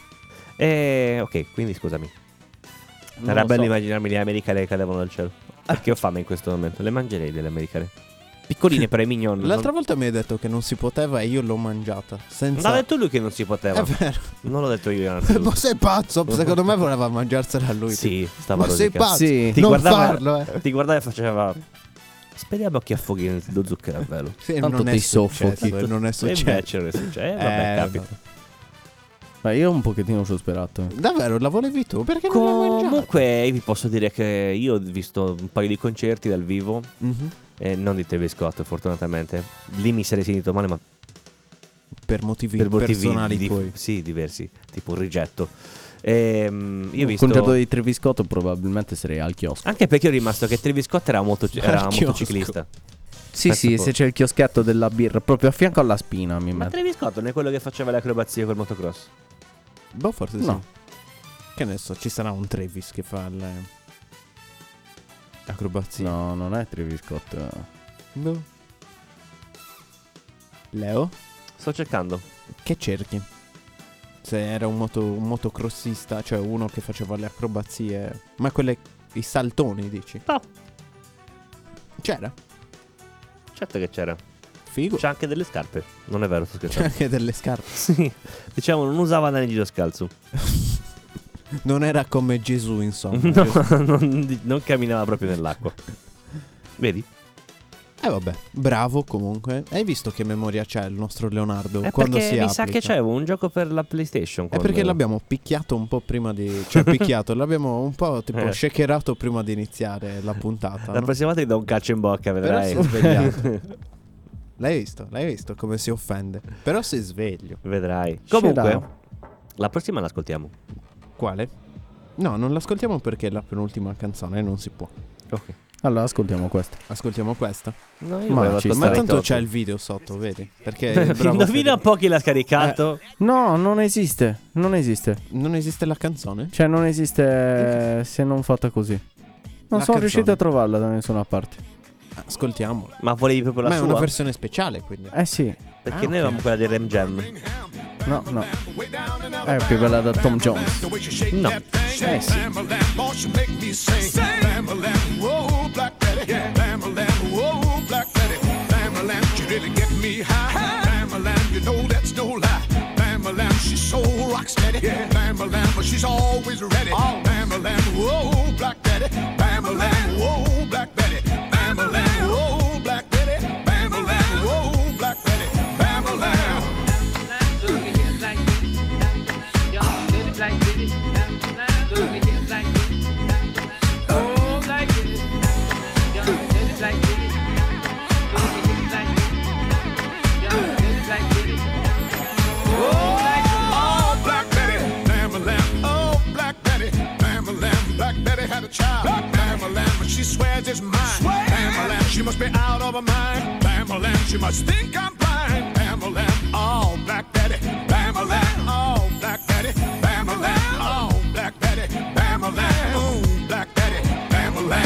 Ok, quindi scusami. Non Era lo bello so. immaginarmi le americane che cadevano dal cielo. Perché ho fame in questo momento. Le mangerei delle americane. Piccoline però i mignon. L'altra volta mi hai detto che non si poteva e io l'ho mangiata. Senza. Non ha detto lui che non si poteva. È vero. Non l'ho detto io. Ma sei pazzo? Secondo me voleva mangiarsela lui. Sì, stava Ma sei rosicando. pazzo? Sì. Ti non guardava- farlo, Ti guardava e faceva. Speriamo che affoghi lo zucchero a velo. Sì, Tanto non è ti successo, soffochi. non è E successo. invece non è successo. Vabbè, capita. no. Ma io un pochettino ci ho sperato. Davvero, la volevi tu? Perché non l'hai mangiata? Comunque vi posso dire che io ho visto un paio di concerti dal vivo. Mhm. E non di Travis Scott, fortunatamente. Lì mi sarei sentito male, ma Per motivi per motivi personali tuoi. sì, diversi. Tipo un rigetto. Io ho Il visto. concerto di Travis Scott probabilmente sarei al chiosco. Anche perché ho rimasto che Travis Scott era Al chiosco. motociclista. Sì, Penso sì, po- se c'è il chioschetto della birra proprio a fianco alla spina mi Ma metto. Travis Scott non è quello che faceva le acrobazie col motocross? Boh, forse No. sì. Che ne so, ci sarà un Travis che fa le acrobazie. No, non è Travis Scott. Boh. Leo? Sto cercando. Che cerchi? Se era un motocrossista, cioè uno che faceva le acrobazie. Ma i saltoni, dici? No. C'era? Certo che c'era. Figo. C'è anche delle scarpe. Non è vero, sto C'è scherzando. anche delle scarpe. Sì. Diciamo, non usava andare in giro scalzo. Non era come Gesù, insomma. No, non camminava proprio nell'acqua. Vedi? Vabbè, bravo comunque. Hai visto che memoria c'è il nostro Leonardo È quando perché si mi sa che applica? c'è un gioco per la PlayStation. È perché l'abbiamo picchiato un po' prima di... Cioè picchiato, l'abbiamo un po' tipo shakerato prima di iniziare la puntata, La no? prossima volta ti do un calcio in bocca, Però vedrai. si è svegliato. L'hai visto come si offende? Però sei sveglio. Vedrai. Shut Comunque, up. la prossima l'ascoltiamo. Quale? No, non l'ascoltiamo perché è la penultima canzone e non si può. Ok. Allora ascoltiamo questa. Ascoltiamo questa. No, io Ma volevo ci Ma ascoltare tanto Toto. c'è il video sotto, vedi? Perché è bravo Indovina Federico. un po' chi l'ha scaricato. No, non esiste. Non esiste. Non esiste la canzone? Cioè non esiste se non fatta così. Non La sono canzone. riuscito a trovarla da nessuna parte. Ascoltiamola. Ma volevi proprio la Ma è sua? una versione speciale, quindi. Eh sì. Perché Ah, noi ok. avevamo quella di Rem Jam. No, no. È più bella da Tom Jones. No. Eh sì. She's so rock steady, Bam-a-lam, but she's always ready. Bam-a-lam, whoa, Black Betty. Bam-a-lam, whoa, Black Betty. Bam-a-lam, whoa, Black Betty. Bam-a-lam, whoa, Black Betty. Bam-a-lam. just mine. Pamela, she must be out of her mind. Pamela, she must think I'm blind. Pamela, oh, Black Betty. Pamela, oh, Black Betty. Pamela, oh, Black Betty. Pamela, oh, Black Betty. Pamela.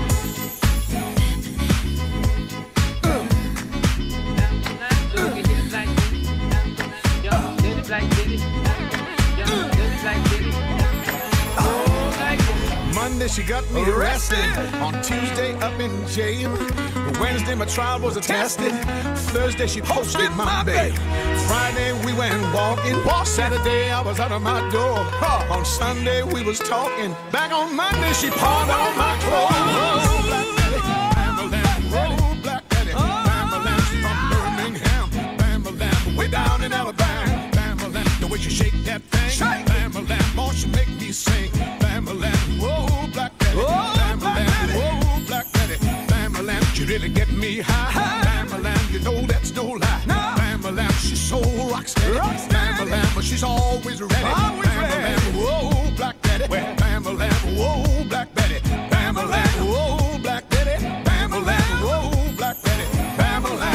Monday she got me arrested. On Tuesday up in jail. Wednesday my trial was attested. Thursday she posted my bail. Friday we went walking. Saturday I was out of my door. On Sunday we was talking. Back on Monday she pawned all my clothes. Black Betty, Pamela, Black Betty, Pamela from Birmingham. Pamela, way down in Alabama. Pamela, the way she shake that thing. Pamela, oh she make me sing. Pamela, whoa, Black Betty. Pamela, whoa, Black Betty. Pamela, she really get me high. Pamela, you know that's no lie. Pamela, she's so rock steady. Pamela, but she's always ready. Pamela, whoa, Black Betty. Pamela, whoa, Black Betty. Pamela, whoa, Black Betty. Pamela, whoa, Black Betty. Pamela.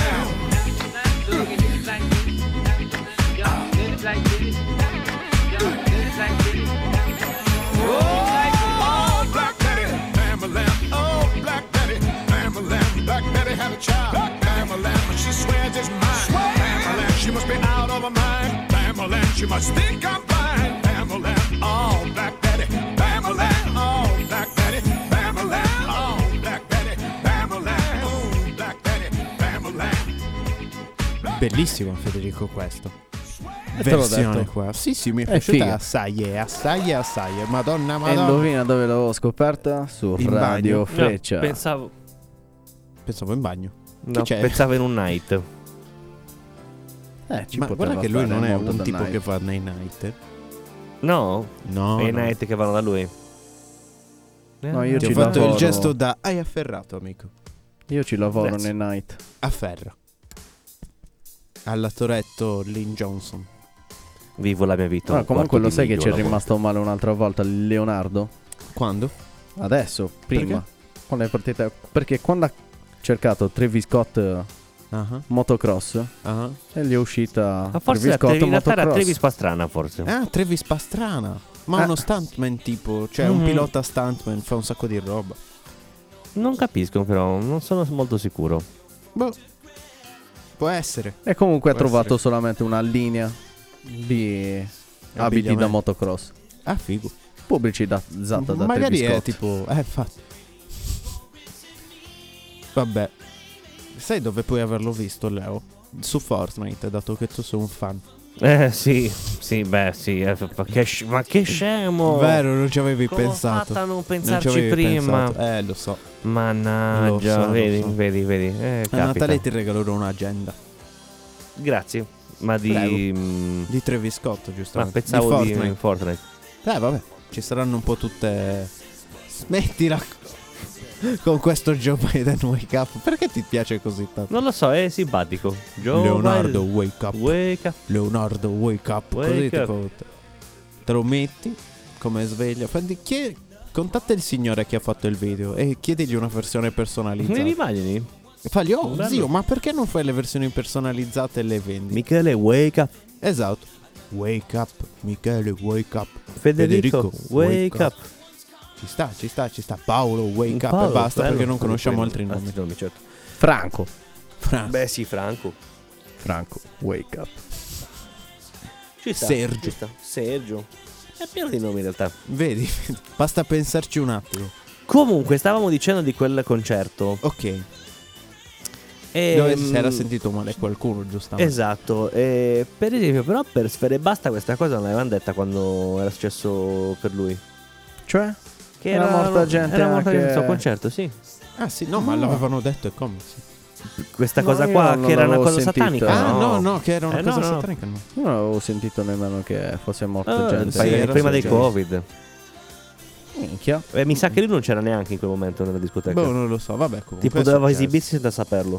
Oh, Black Betty, Pamela, oh, Black Betty, Pamela, Black Betty had a child, Pamela, but she swears it's mine, Pamela, she must be out of her mind, Pamela, she must think I'm blind, Pamela, oh, Black Betty, Pamela, oh, Black Betty, Pamela, oh, Black Betty, Pamela, oh, Black Betty, Pamela. Bellissimo Federico questo. te l'ho Versione detto. qua. Sì, sì, mi è È piaciuta figa. assai. Madonna, E madonna. indovina dove l'avevo scoperta? Su In Radio bagno. Freccia. Pensavo. Pensavo in bagno. No, c'è? pensavo in un night. Ci Ma poteva guarda che lui stare non è molto un da tipo night. che va nei night. No? No, E i no. night che vanno da lui. No, io Ti ho ci fatto lavoro. il gesto da hai afferrato, amico. Io ci lavoro Grazie. nei night. Afferra. Alla Toretto Lynn Johnson. Vivo la mia vita. Ma un comunque quarto lo di sai che miglio ci è lavoro. rimasto male un'altra volta Leonardo? Quando? Adesso, prima. Quando è partita. Perché quando ha cercato Travis Scott motocross e gli è uscita Ma forse Travis Scott in realtà era motocross. Travis Pastrana, forse. Ah, Travis Pastrana. Ma uno stuntman tipo, cioè un pilota stuntman, fa un sacco di roba. Non capisco, però, non sono molto sicuro. Boh. Può essere. E comunque ha Può trovato essere. solamente una linea di abiti da Abbigliamento. motocross. Ah, figo. Pubblicizzata da Magari Travis è Scott. tipo. Infatti. Vabbè. Sai dove puoi averlo visto, Leo? Su Fortnite, dato che tu sei un fan. Sì, beh, sì. Ma che scemo! Vero, non ci avevi Come ho pensato. fatto a non Non ci pensarci avevi prima? pensato. Lo so. Mannaggia, Lo so, vedi, lo so. vedi. A Capita. Natale ti regalerò un'agenda Grazie. Ma di. Prego. Di Travis Scott, Ma giustamente. pensavo di Fortnite. Fortnite. Vabbè, ci saranno un po' tutte. Smettila con questo Joe Biden wake up. Perché ti piace così tanto? Non lo so, è simpatico. Joe Leonardo Biden. wake up. Wake up. Leonardo wake up. Wake Così up. tipo te lo metti come sveglia. Contatta il signore che ha fatto il video e chiedigli una versione Me li personalizzata. immagini? Fagli, oh Bello. zio, ma perché non fai le versioni personalizzate e le vendi? Michele, wake up. Esatto. Wake up, Michele, wake up. Federico, wake up. Ci sta. Paolo, wake up. Paolo, E basta bello. perché non conosciamo Quello. altri nomi. Altri nomi, certo. Franco. Beh, sì, Franco. Franco, wake up. Ci sta. Sergio. Ci sta. Sergio. È pieno di nomi in realtà. Vedi, basta pensarci un attimo. Comunque, stavamo dicendo di quel concerto. Ok. E, Dove si era sentito male qualcuno, giustamente. Esatto. E, per esempio, però per Sfera Ebbasta questa cosa non l'avevamo detta quando era successo per lui. Cioè? Che Era morta gente Era morta anche- gente al suo concerto, sì. Ah sì, no, ma l'avevano detto e come? Sì. Questa No, cosa io qua, non che era una l'avevo cosa sentita. satanica. Ah no, che era una cosa no. satanica, no. Io non avevo sentito nemmeno che fosse morta gente. sì, era prima dei successo. Covid. Minchia. Mi sa che lui non c'era neanche in quel momento nella discoteca. Boh, non lo so, vabbè, comunque. Tipo è doveva successo. esibirsi senza saperlo.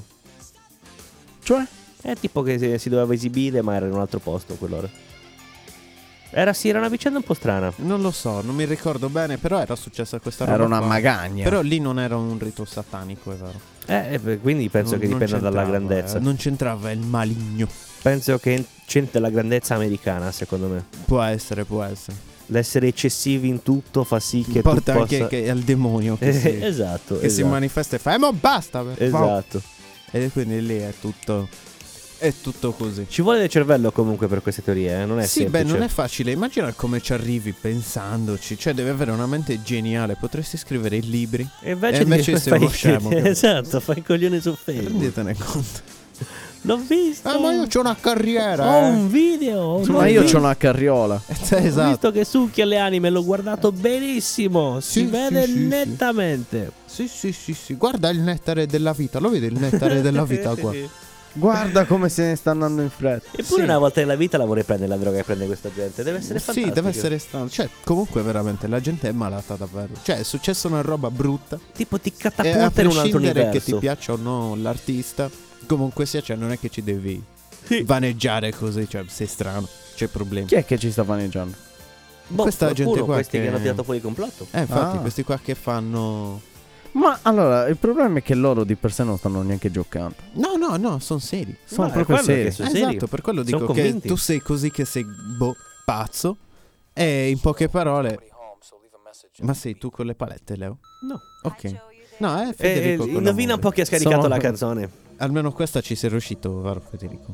Cioè? È tipo che si doveva esibire ma era in un altro posto a quell'ora. Era una vicenda un po' strana. Non lo so, non mi ricordo bene, però era successa questa roba. Era una qua. magagna. Però lì non era un rito satanico, è vero. Quindi penso che dipenda dalla grandezza. Non c'entrava il maligno. Penso che c'entra la grandezza americana, secondo me. Può essere. L'essere eccessivi in tutto fa sì che porta tu anche possa... che al demonio che si, esatto, che si manifesta e fa ma basta esatto. E quindi lì è tutto così. Ci vuole del cervello comunque per queste teorie, non è sì, semplice. Beh, non è facile. Immagina come ci arrivi pensandoci. Cioè devi avere una mente geniale. Potresti scrivere i libri e invece sei uno scemo. Esatto, fai coglioni su Facebook. Rendetene conto. L'ho visto. Ma io c'ho una carriera. Ho un video. Ma io c'ho una carriola. Esatto. Ho visto che succhia le anime, l'ho guardato benissimo. Si vede nettamente. Sì. Guarda il nettare della vita. Lo vedi il nettare della vita qua? Guarda come se ne sta andando in fretta. Eppure una volta nella vita la vorrei prendere la droga che prende questa gente. Deve essere fantastico. Sì, deve essere strano. Cioè, comunque veramente la gente è malata davvero. Cioè, è successa una roba brutta. Tipo ti E catapulta a in un altro prescindere universo. che ti piaccia o no l'artista, comunque sia, cioè non è che ci devi vaneggiare così, cioè sei strano, c'è problemi. Chi è che ci sta vaneggiando? Questa gente qua questi che hanno tirato fuori il complotto. Infatti Ah. questi qua che fanno... Ma allora, il problema è che loro di per sé non stanno neanche giocando. No, sono seri. Sono No, è proprio quello che seri. sono seri. Esatto, per quello Sono dico che convinti. tu sei così che sei pazzo. E in poche parole... Ma sei tu con le palette, Leo? No. Ok. No, è Federico con Indovina l'amore. un po' chi ha scaricato Sono- la canzone. Almeno questa ci sei riuscito, vero Federico?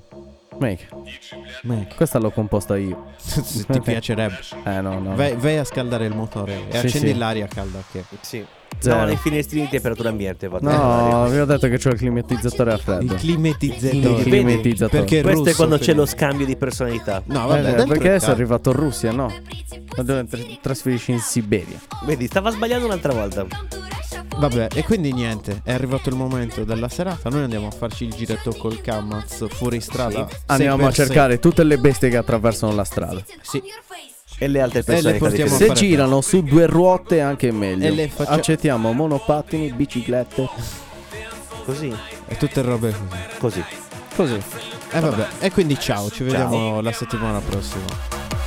Mica. Questa l'ho composta io. Ti piacerebbe. No. Vai a scaldare il motore e Sì, accendi sì. l'aria calda. Che... Sì. Zero. No, nei finestrini di temperatura ambiente. No, vi ho detto che c'ho il climatizzatore a freddo. Il climatizzatore. Il climatizzatore. Perché è Questo è russo, quando c'è Federico. lo scambio di personalità. No, vabbè, dentro perché è adesso è caldo. arrivato in Russia, no? Dove trasferisci in Siberia. Vedi, stava sbagliando un'altra volta. Vabbè, e quindi niente, è arrivato il momento della serata. Noi andiamo a farci il giretto col Kamaz fuori strada. Andiamo a cercare tutte le bestie che attraversano la strada. Sì. E le altre persone. portiamo a Se fare girano su due ruote anche meglio. E le faccia- Accettiamo monopattini, biciclette. Così. E tutte robe così. Così. E vabbè, e quindi ciao, ci vediamo la settimana prossima.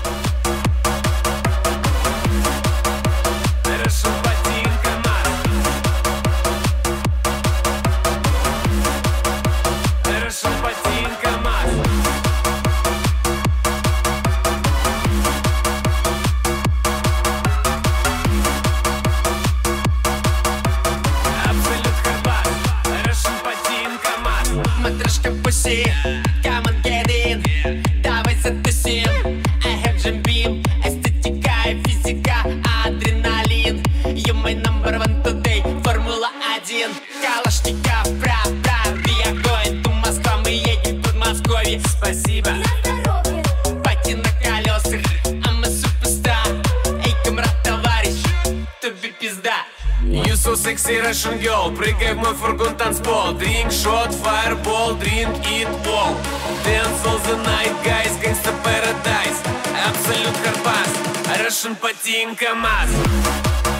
Матрешка pussy, come on get in, давай затусим. I have jam beam, эстетика и физика, адреналин. You my number one today, Формула-1. Калашников, прав, be going to Москва. Мы едем в Подмосковье, спасибо. Пати на колесах, а мы суперстар. Эй, камрад, товарищ, тебе пизда. You so sexy Russian girl, прыгай в мой фургон танцпол. Drink shot, fireball, drink it all. Dance all the night, guys, gangsta paradise. Absolute hard pass, Russian Patin КамАЗ.